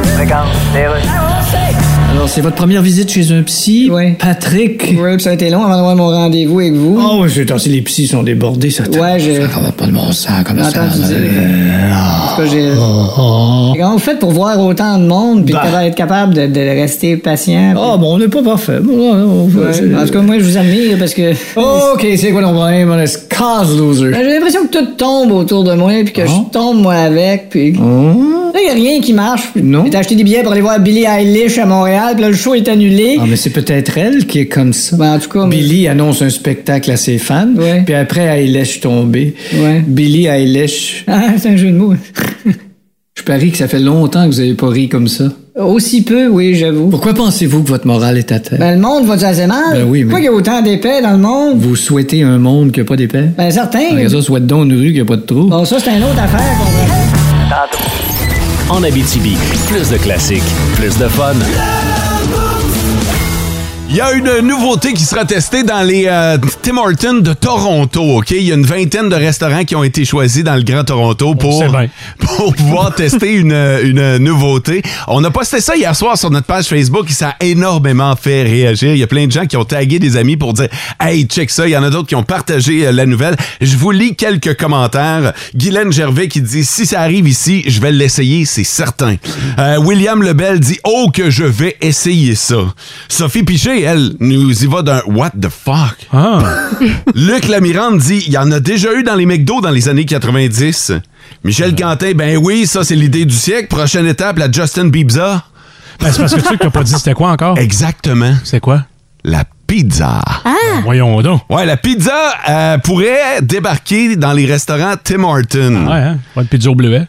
Alors, c'est votre première visite chez un psy? Oui. Patrick? Oui, puis ça a été long avant d'avoir mon rendez-vous avec vous. Oh, oui, c'est ainsi, les psys sont débordés, ça. Ouais, je... Ça va pas de bon sens comme ça. Attends, tu dis... Euh, En tout cas, j'ai... oh, oh. Comment vous faites pour voir autant de monde puis Bah. être capable de, de rester patient? Ah, oh, bon, on n'est pas parfait. Bon, on Ouais. c'est- En tout cas, moi, je vous admire parce que... OK, c'est quoi ton problème? On est cause loser. Ben, j'ai l'impression que tout tombe autour de moi puis que Ah. je tombe moi avec puis... Oh. Là, il a rien qui marche. Non. J'ai acheté des billets pour aller voir Billie Eilish à Montréal puis là, le show est annulé. Ah, mais c'est peut-être elle qui est comme ça. Ben, en tout cas... Billy annonce un spectacle à ses fans, Ouais. puis après, Eilish tombé. Ouais. Billy Eilish. Ah, c'est un jeu de mots. Je parie que ça fait longtemps que vous avez pas ri comme ça. Aussi peu, oui, j'avoue. Pourquoi pensez-vous que votre morale est à terre? Ben, le monde va-tu assez mal? Ben oui, mais- Pourquoi il y a autant d'épais dans le monde? Vous souhaitez un monde qui a pas d'épais? Ben, certain. Regarde ça, souhaite donc une rue qui a pas de trou. Bon, ça, c'est une autre affaire, qu'on En Abitibi, plus de classiques, plus de fun. Il y a une nouveauté qui sera testée dans les euh, Tim Hortons de Toronto, OK? Il y a une vingtaine de restaurants qui ont été choisis dans le Grand Toronto pour, sait bien. pour pouvoir tester une, une nouveauté. On a posté ça hier soir sur notre page Facebook et ça a énormément fait réagir. Il y a plein de gens qui ont tagué des amis pour dire « Hey, check ça! » Il y en a d'autres qui ont partagé euh, la nouvelle. Je vous lis quelques commentaires. Guylaine Gervais qui dit « Si ça arrive ici, je vais l'essayer, c'est certain. Euh, William Lebel dit « Oh, que je vais essayer ça. » Sophie Piché, elle, nous y va d'un What the fuck? Ah. Luc Lamirande dit il y en a déjà eu dans les McDo dans les années quatre-vingt-dix. Michel Quentin, ben oui, ça c'est l'idée du siècle. Prochaine étape, la Justin Bieber. Ben, c'est parce que tu sais que t'as pas dit c'était quoi encore? Exactement. C'est quoi? La pizza. Ah! Voyons donc. Ouais, la pizza euh, pourrait débarquer dans les restaurants Tim Hortons. Ouais, hein? Pas de pizza au bleuet.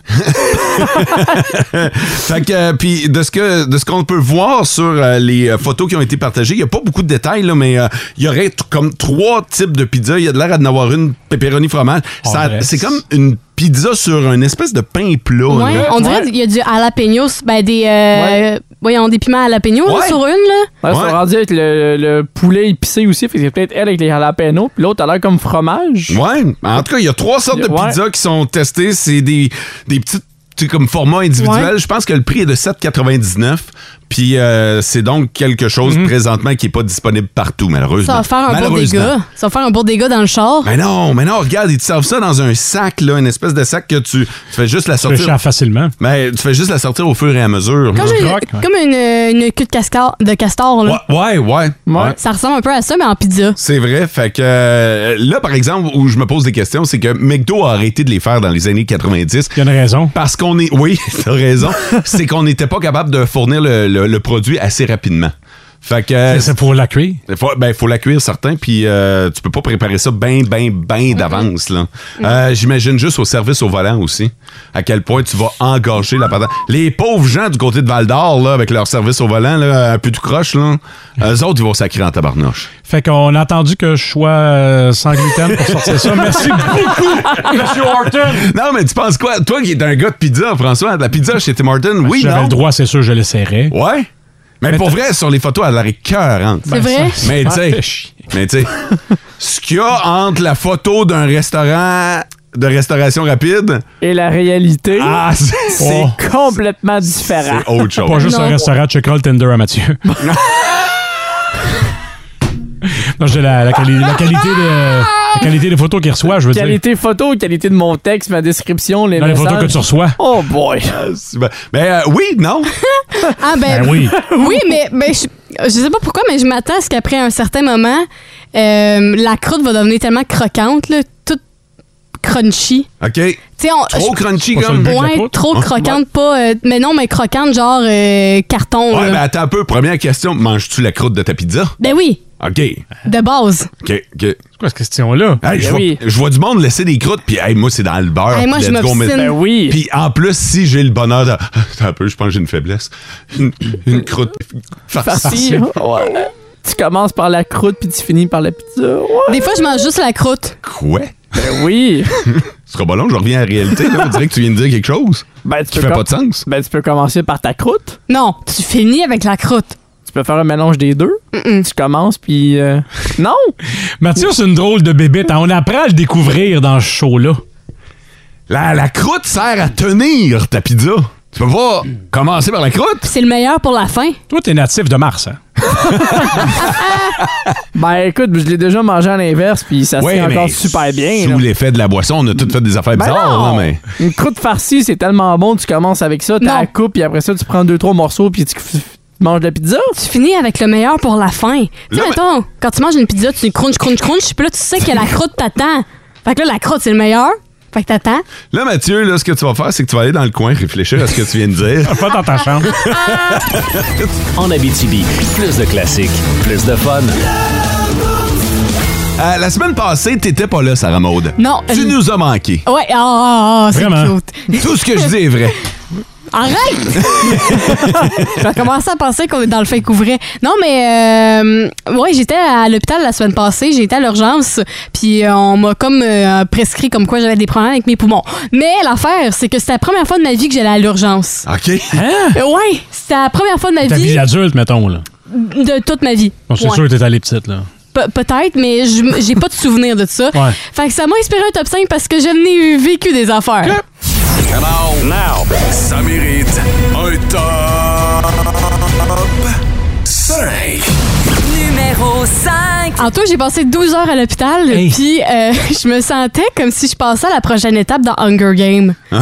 Fait que, euh, puis de ce que de ce qu'on peut voir sur euh, les euh, photos qui ont été partagées, il y a pas beaucoup de détails là, mais euh, il y aurait t- comme trois types de pizza. Il y a de l'air d'en avoir une pepperoni fromage. Oh, Ça- reste. c'est comme une pizza sur une espèce de pain plat. Ouais, là. on dirait qu'il y a du jalapenos, ben des, euh, Ouais. voyons, des piments jalapenos là, Ouais. sur une, là. Ouais, Ouais. c'est rendu avec le, le poulet épicé aussi, fait que c'est peut-être elle avec les jalapenos, puis l'autre a l'air comme fromage. Ouais, en tout cas, il y a trois sortes de Ouais. pizzas qui sont testées. C'est des, des petites, tu sais, comme format individuel. Ouais. Je pense que le prix est de sept quatre-vingt-dix-neuf. Puis euh, c'est donc quelque chose présentement qui n'est pas disponible partout, malheureusement. Ça va faire un beau Malheureusement. dégât. Ça va faire un beau dégât dans le char. Mais non, mais non, regarde, ils te servent ça dans un sac, là, une espèce de sac que tu, tu fais juste la Tu le sortir. chères facilement. Mais tu fais juste la sortir au fur et à mesure. Comme, Je une, croque, ouais. comme une, une queue de castor, de castor là. Ouais, ouais, ouais. ouais. Ça ressemble un peu à ça, mais en pizza. C'est vrai. Fait que euh, là, par exemple, où je me pose des questions, c'est que McDo a arrêté de les faire dans les années quatre-vingt-dix. Il y a une raison. Parce qu'on est. Oui, t'as raison. C'est qu'on n'était pas capable de fournir le, le- le produit assez rapidement. Fait que. C'est c'est pour la cuire. Faut, ben, faut la cuire, certain, puis euh, tu peux pas préparer ça bien, bien, bien d'avance, là. Euh, J'imagine juste au service au volant aussi, à quel point tu vas engorger la patate. Les pauvres gens du côté de Val-d'Or, là, avec leur service au volant, là, un peu tout croche, là, eux autres, ils vont sacrer en tabarnouche. Fait qu'on a entendu que je sois euh, sans gluten pour sortir ça. Merci beaucoup, Monsieur Horton. Non, mais tu penses quoi? Toi qui es un gars de pizza, François, de la pizza chez Tim Hortons, oui, Si j'avais non? le droit, c'est sûr, je l'essaierais. Ouais? Mais, Mais pour t'as- vrai, sur les photos, elle a l'air écœurante. C'est vrai? ça- Mais tu ça sais, fait chier. mais tu sais, ce qu'il y a entre la photo d'un restaurant de restauration rapide, Et la réalité, ah, c'est c'est Oh. complètement différent. c'est autre chose. Pas juste Non. un restaurant, checkera le Tinder à Mathieu. Non, j'ai la, la, quali- la qualité de, la qualité des photos qu'il reçoit, je veux dire. Qualité photo, qualité de mon texte, ma description, les Dans les messages. photos que tu reçois. Oh boy! C'est ben- Mais euh, oui, non. Ah ben, Ben oui. oui, mais ben, je, je sais pas pourquoi, mais je m'attends à ce qu'après un certain moment, euh, la croûte va devenir tellement croquante, là, toute crunchy. OK. Tu sais, on- Trop je- crunchy Pas ça comme. le but. de la Ouais, croûte. trop Ouais. croquante, pas. euh, mais non, mais croquante, genre euh, carton. Ouais, là. mais attends un peu. Première question. Manges-tu la croûte de ta pizza? Ben oui, OK. de base. OK. OK. C'est quoi cette question-là? Hey, je, Ben vois, oui. je vois du monde laisser des croûtes, puis hey, moi, c'est dans le beurre. Hey, moi, puis je let's go, m'obstine. mais- Ben oui! Puis en plus, si j'ai le bonheur de. Attends un peu, je pense que j'ai une faiblesse. Une, une croûte farcie. Farci, ouais. Tu commences par la croûte puis tu finis par la pizza. Ouais. Des fois, je mange juste la croûte. Quoi? Ben oui! Ce sera pas long, je reviens à la réalité. Là. On dirait que tu viens de dire quelque chose Ben, qui tu fait peux pas com- de sens. Ben, tu peux commencer par ta croûte. Non, tu finis avec la croûte. Tu peux faire un mélange des deux. Tu commences puis euh, non! Mathieu, c'est une drôle de bébête. On apprend à le découvrir dans ce show-là. La, la croûte sert à tenir ta pizza. Tu peux pas commencer par la croûte? C'est le meilleur pour la fin. Toi, t'es natif de Mars, hein? Ben écoute, je l'ai déjà mangé à l'inverse, puis ça se Oui, fait mais encore super bien. Sous là. l'effet de la boisson, on a tous fait des affaires Ben bizarres. non! Là, mais... Une croûte farcie, c'est tellement bon, tu commences avec ça, tu la coupes, puis après ça, tu prends deux, trois morceaux, puis tu f- manges de la pizza. Tu finis avec le meilleur pour la fin. Tu sais, mettons, quand tu manges une pizza, tu crunch, crunch, crunch, puis là, tu sais que la croûte t'attend. Fait que là, la croûte, c'est le meilleur. Fait que t'attends. Là, Mathieu, là, ce que tu vas faire, c'est que tu vas aller dans le coin réfléchir à ce que tu viens de dire. Pas dans ta chambre. En Abitibi, plus de classiques, plus de fun. Euh, la semaine passée, t'étais pas là, Sarah Maud. Non. Tu euh, nous as manqué. Ouais, ah, ah, ah, c'est Vraiment. cute. Tout ce que je dis est vrai. Arrête! Je vais commencer à penser qu'on est dans le fake ou vrai. Non, mais euh, ouais, j'étais à l'hôpital la semaine passée, j'ai été à l'urgence, puis euh, on m'a comme euh, prescrit comme quoi j'avais des problèmes avec mes poumons. Mais l'affaire, c'est que c'était la première fois de ma vie que j'allais à l'urgence. OK. Hein? Euh, ouais, c'était la première fois de ma Ta vie, vie adulte, mettons, là. de toute ma vie. Bon, c'est Ouais. sûr que t'es allé petite, là. Pe- Peut-être, mais je- j'ai pas de souvenir de ça. Ouais. Fait que ça m'a inspiré un top cinq parce que je n'ai vécu des affaires. Come on, now. Ça mérite un top cinq. Numéro cinq. En tout, j'ai passé douze heures à l'hôpital, puis euh, je me sentais comme si je passais à la prochaine étape dans Hunger Games. Non,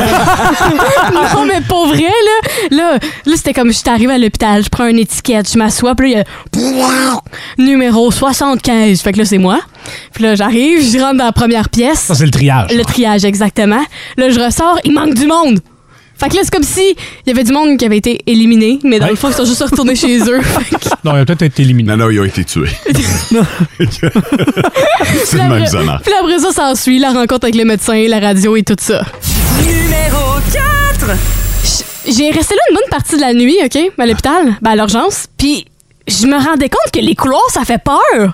mais pour vrai, là, là, là c'était comme je suis arrivée à l'hôpital, je prends une étiquette, je m'assois, puis là, il y a numéro soixante-quinze. Fait que là, c'est moi. Puis là, j'arrive, je rentre dans la première pièce. Ça, c'est le triage. Le triage, exactement. Là, je ressors, il manque du monde. Fait que là, c'est comme si il y avait du monde qui avait été éliminé, mais dans le fond, ils sont juste retournés chez eux. Fait que- Non, il a peut-être été éliminé. Non, non, il a été tué. C'est le même zonard. Puis là, après ça, ça ensuit la rencontre avec les médecins, la radio et tout ça. Numéro quatre. J'ai resté là une bonne partie de la nuit, OK, à l'hôpital, ben à l'urgence, puis je me rendais compte que les couloirs, ça fait peur.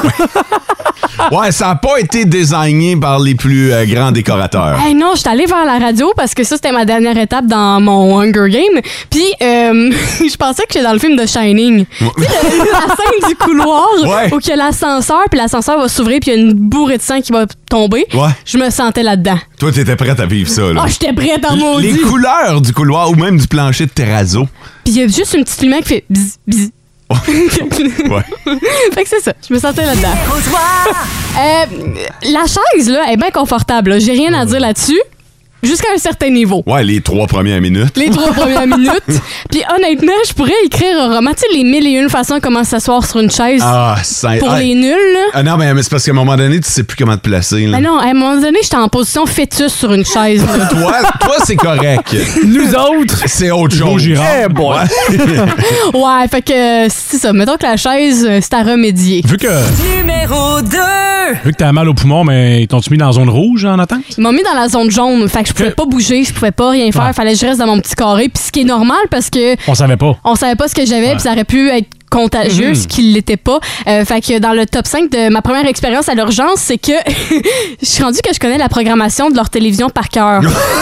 Ouais, ça a pas été désigné par les plus euh, grands décorateurs. Hey non, je suis allée vers la radio parce que ça, c'était ma dernière étape dans mon Hunger Game. Puis, euh, je pensais que j'étais dans le film de Shining. Tu sais, le- la scène du couloir Ouais. où il y a l'ascenseur, puis l'ascenseur va s'ouvrir, puis il y a une bourrée de sang qui va tomber. Ouais. Je me sentais là-dedans. Toi, t'étais prête à vivre ça, là. Ah, j'étais prête en maudit. Les couleurs du couloir ou même du plancher de terrazzo. Puis il y a juste une petite lumière qui fait bzz, bzz. Ouais. Fait que c'est ça, je me sentais là-dedans. Euh, la chaise, là, est bien confortable. là. J'ai rien à dire là-dessus. Jusqu'à un certain niveau. Ouais, les trois premières minutes. Les trois premières minutes. Puis honnêtement, je pourrais écrire un roman. Tu sais, les mille et une façons comment s'asseoir sur une chaise Ah, ça... pour ah, les nuls, là. Ah non, mais, mais c'est parce qu'à un moment donné, tu sais plus comment te placer. Là. Ben non, à un moment donné, j'étais en position fœtus sur une chaise. là. Toi, toi c'est correct. Nous autres, c'est autre chose. Eh boy. Ouais, fait que c'est ça. Mettons que la chaise, euh, c'est à remédier. Vu que, Numéro deux. vu que t'as mal au poumon, mais ils t'ont-tu mis dans la zone rouge en attente? Ils m'ont mis dans la zone jaune. Fait que je pouvais pas bouger, je pouvais pas rien faire. Ouais. Fallait que je reste dans mon petit carré. Puis ce qui est normal parce que On savait pas. on savait pas ce que j'avais, Ouais. puis ça aurait pu être contagieux, Mhm. ce qui l'était pas. Euh, fait que dans le top cinq de ma première expérience à l'urgence, c'est que je suis rendue que je connais la programmation de leur télévision par cœur.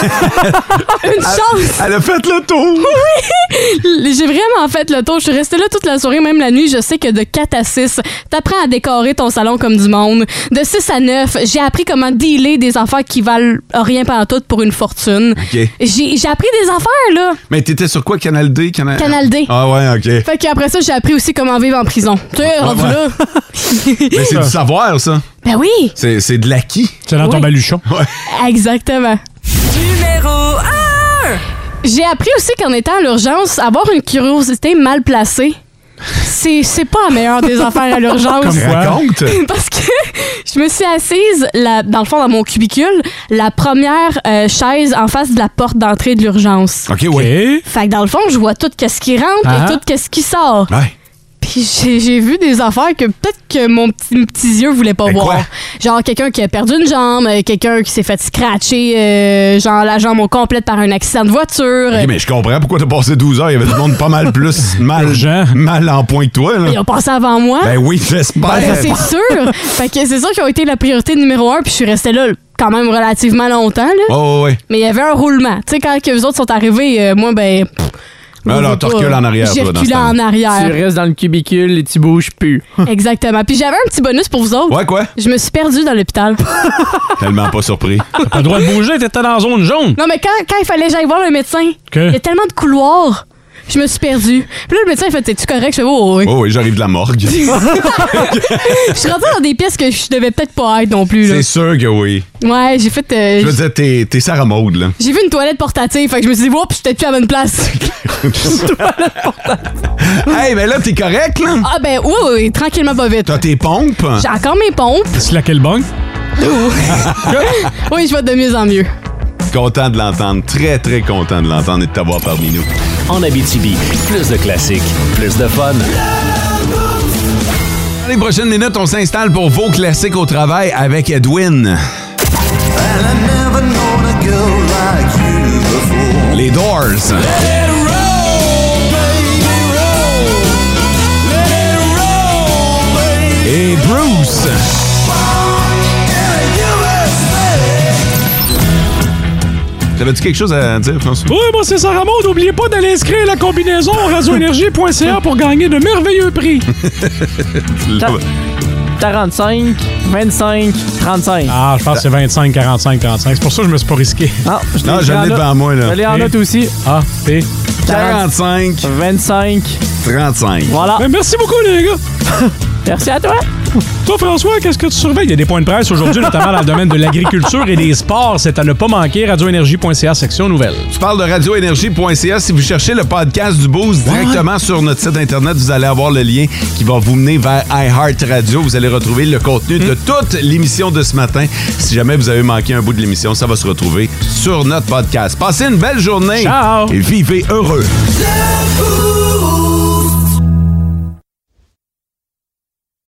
Une chance! Elle a fait le tour! Oui! J'ai vraiment fait le tour. Je suis restée là toute la soirée, même la nuit. Je sais que de quatre à six, t'apprends à décorer ton salon comme du monde. De six à neuf, j'ai appris comment dealer des affaires qui valent rien pendant tout pour une fortune. OK. J'ai j'ai appris des affaires, là. Mais t'étais sur quoi, Canal D? Canal, Canal D. Ah ouais, OK. Fait qu'après ça, j'ai appris aussi comment vivre en prison. Tu sais, rendu ouais. là. Mais c'est du savoir, ça. Ben oui! C'est, c'est de l'acquis. C'est dans ton Oui. baluchon. Ouais. Exactement. Numéro un. J'ai appris aussi qu'en étant à l'urgence, avoir une curiosité mal placée, c'est, c'est pas la meilleure des affaires à l'urgence. Comme quoi? Raconte. Parce que je me suis assise, la- dans le fond, dans mon cubicule, la première euh, chaise en face de la porte d'entrée de l'urgence. OK, oui. OK. Fait que dans le fond, je vois tout ce qui rentre Ah. et tout ce qui sort. Ouais. Puis j'ai, j'ai vu des affaires que peut-être que mon petit, mes petits yeux voulaient pas Mais voir. quoi? Genre quelqu'un qui a perdu une jambe, euh, quelqu'un qui s'est fait scratcher, euh, genre la jambe au complet par un accident de voiture. OK, mais je comprends pourquoi t'as passé douze heures. Il y avait du monde pas mal plus mal, Urgent. mal en point que toi. Là. Ils ont passé avant moi. Ben oui, j'espère. Ben, c'est sûr. Fait que c'est sûr qu'ils ont été la priorité numéro un, puis je suis restée là quand même relativement longtemps. Là. Oh, ouais. Mais il y avait un roulement. Tu sais, quand que les autres sont arrivés, euh, moi, ben, pff, Ah non, tu recules en arrière, J'ai toi, dans reculé ce temps-là. en arrière. Tu restes dans le cubicule et tu bouges plus. Exactement. Puis j'avais un petit bonus pour vous autres. Ouais, quoi? Je me suis perdue dans l'hôpital. Tellement pas surpris. T'as pas le droit de bouger, t'étais dans la zone jaune. Non, mais quand, quand il fallait que j'aille voir le médecin, Que? il y a tellement de couloirs. Je me suis perdue. Puis là, le médecin, il fait, t'es-tu correct? Je fais, oh, oui. Oh oui, j'arrive de la morgue. Je suis rentrée dans des pièces que je devais peut-être pas être non plus. Là. C'est sûr que oui. Ouais, j'ai fait. euh, Je veux dire, t'es, t'es Sarah Maud, là. j'ai vu une toilette portative, fait que je me suis dit, oups, je suis peut-être plus à la bonne place. Hey, ben là, t'es correct, là? Ah, ben, oui, oui, oui, tranquillement, pas vite. T'as tes pompes? J'ai encore mes pompes. C'est laquelle bonne? Oui, je vais de mieux en mieux. Content de l'entendre. Très, très content de l'entendre et de t'avoir parmi nous. En Abitibi, plus de classiques, plus de fun. Dans les prochaines minutes, on s'installe pour vos classiques au travail avec Edwin. Les Doors. Et Bruce. T'avais-tu quelque chose à dire, François? Oui, moi, c'est Sarah Maud. N'oubliez pas d'aller inscrire la combinaison radioénergie point c a pour gagner de merveilleux prix. quarante-cinq, vingt-cinq, trente-cinq. Ah, je pense que c'est vingt-cinq, quarante-cinq, trente-cinq. C'est pour ça que je me suis pas risqué. Ah, je Non, je l'ai devant moi, là. Je l'ai en note aussi. Ah, P. quarante-cinq, vingt-cinq, trente-cinq. Voilà. Ben, merci beaucoup, les gars. Merci à toi. Toi, François, qu'est-ce que tu surveilles? Il y a des points de presse aujourd'hui, notamment dans le domaine de l'agriculture et des sports. C'est à ne pas manquer. radioénergie point c a, section nouvelles. Tu parles de radioénergie point c a. Si vous cherchez le podcast du Boost directement sur notre site Internet, vous allez avoir le lien qui va vous mener vers iHeartRadio. Vous allez retrouver le contenu de toute l'émission de ce matin. Si jamais vous avez manqué un bout de l'émission, ça va se retrouver sur notre podcast. Passez une belle journée. Ciao. Et vivez heureux. Le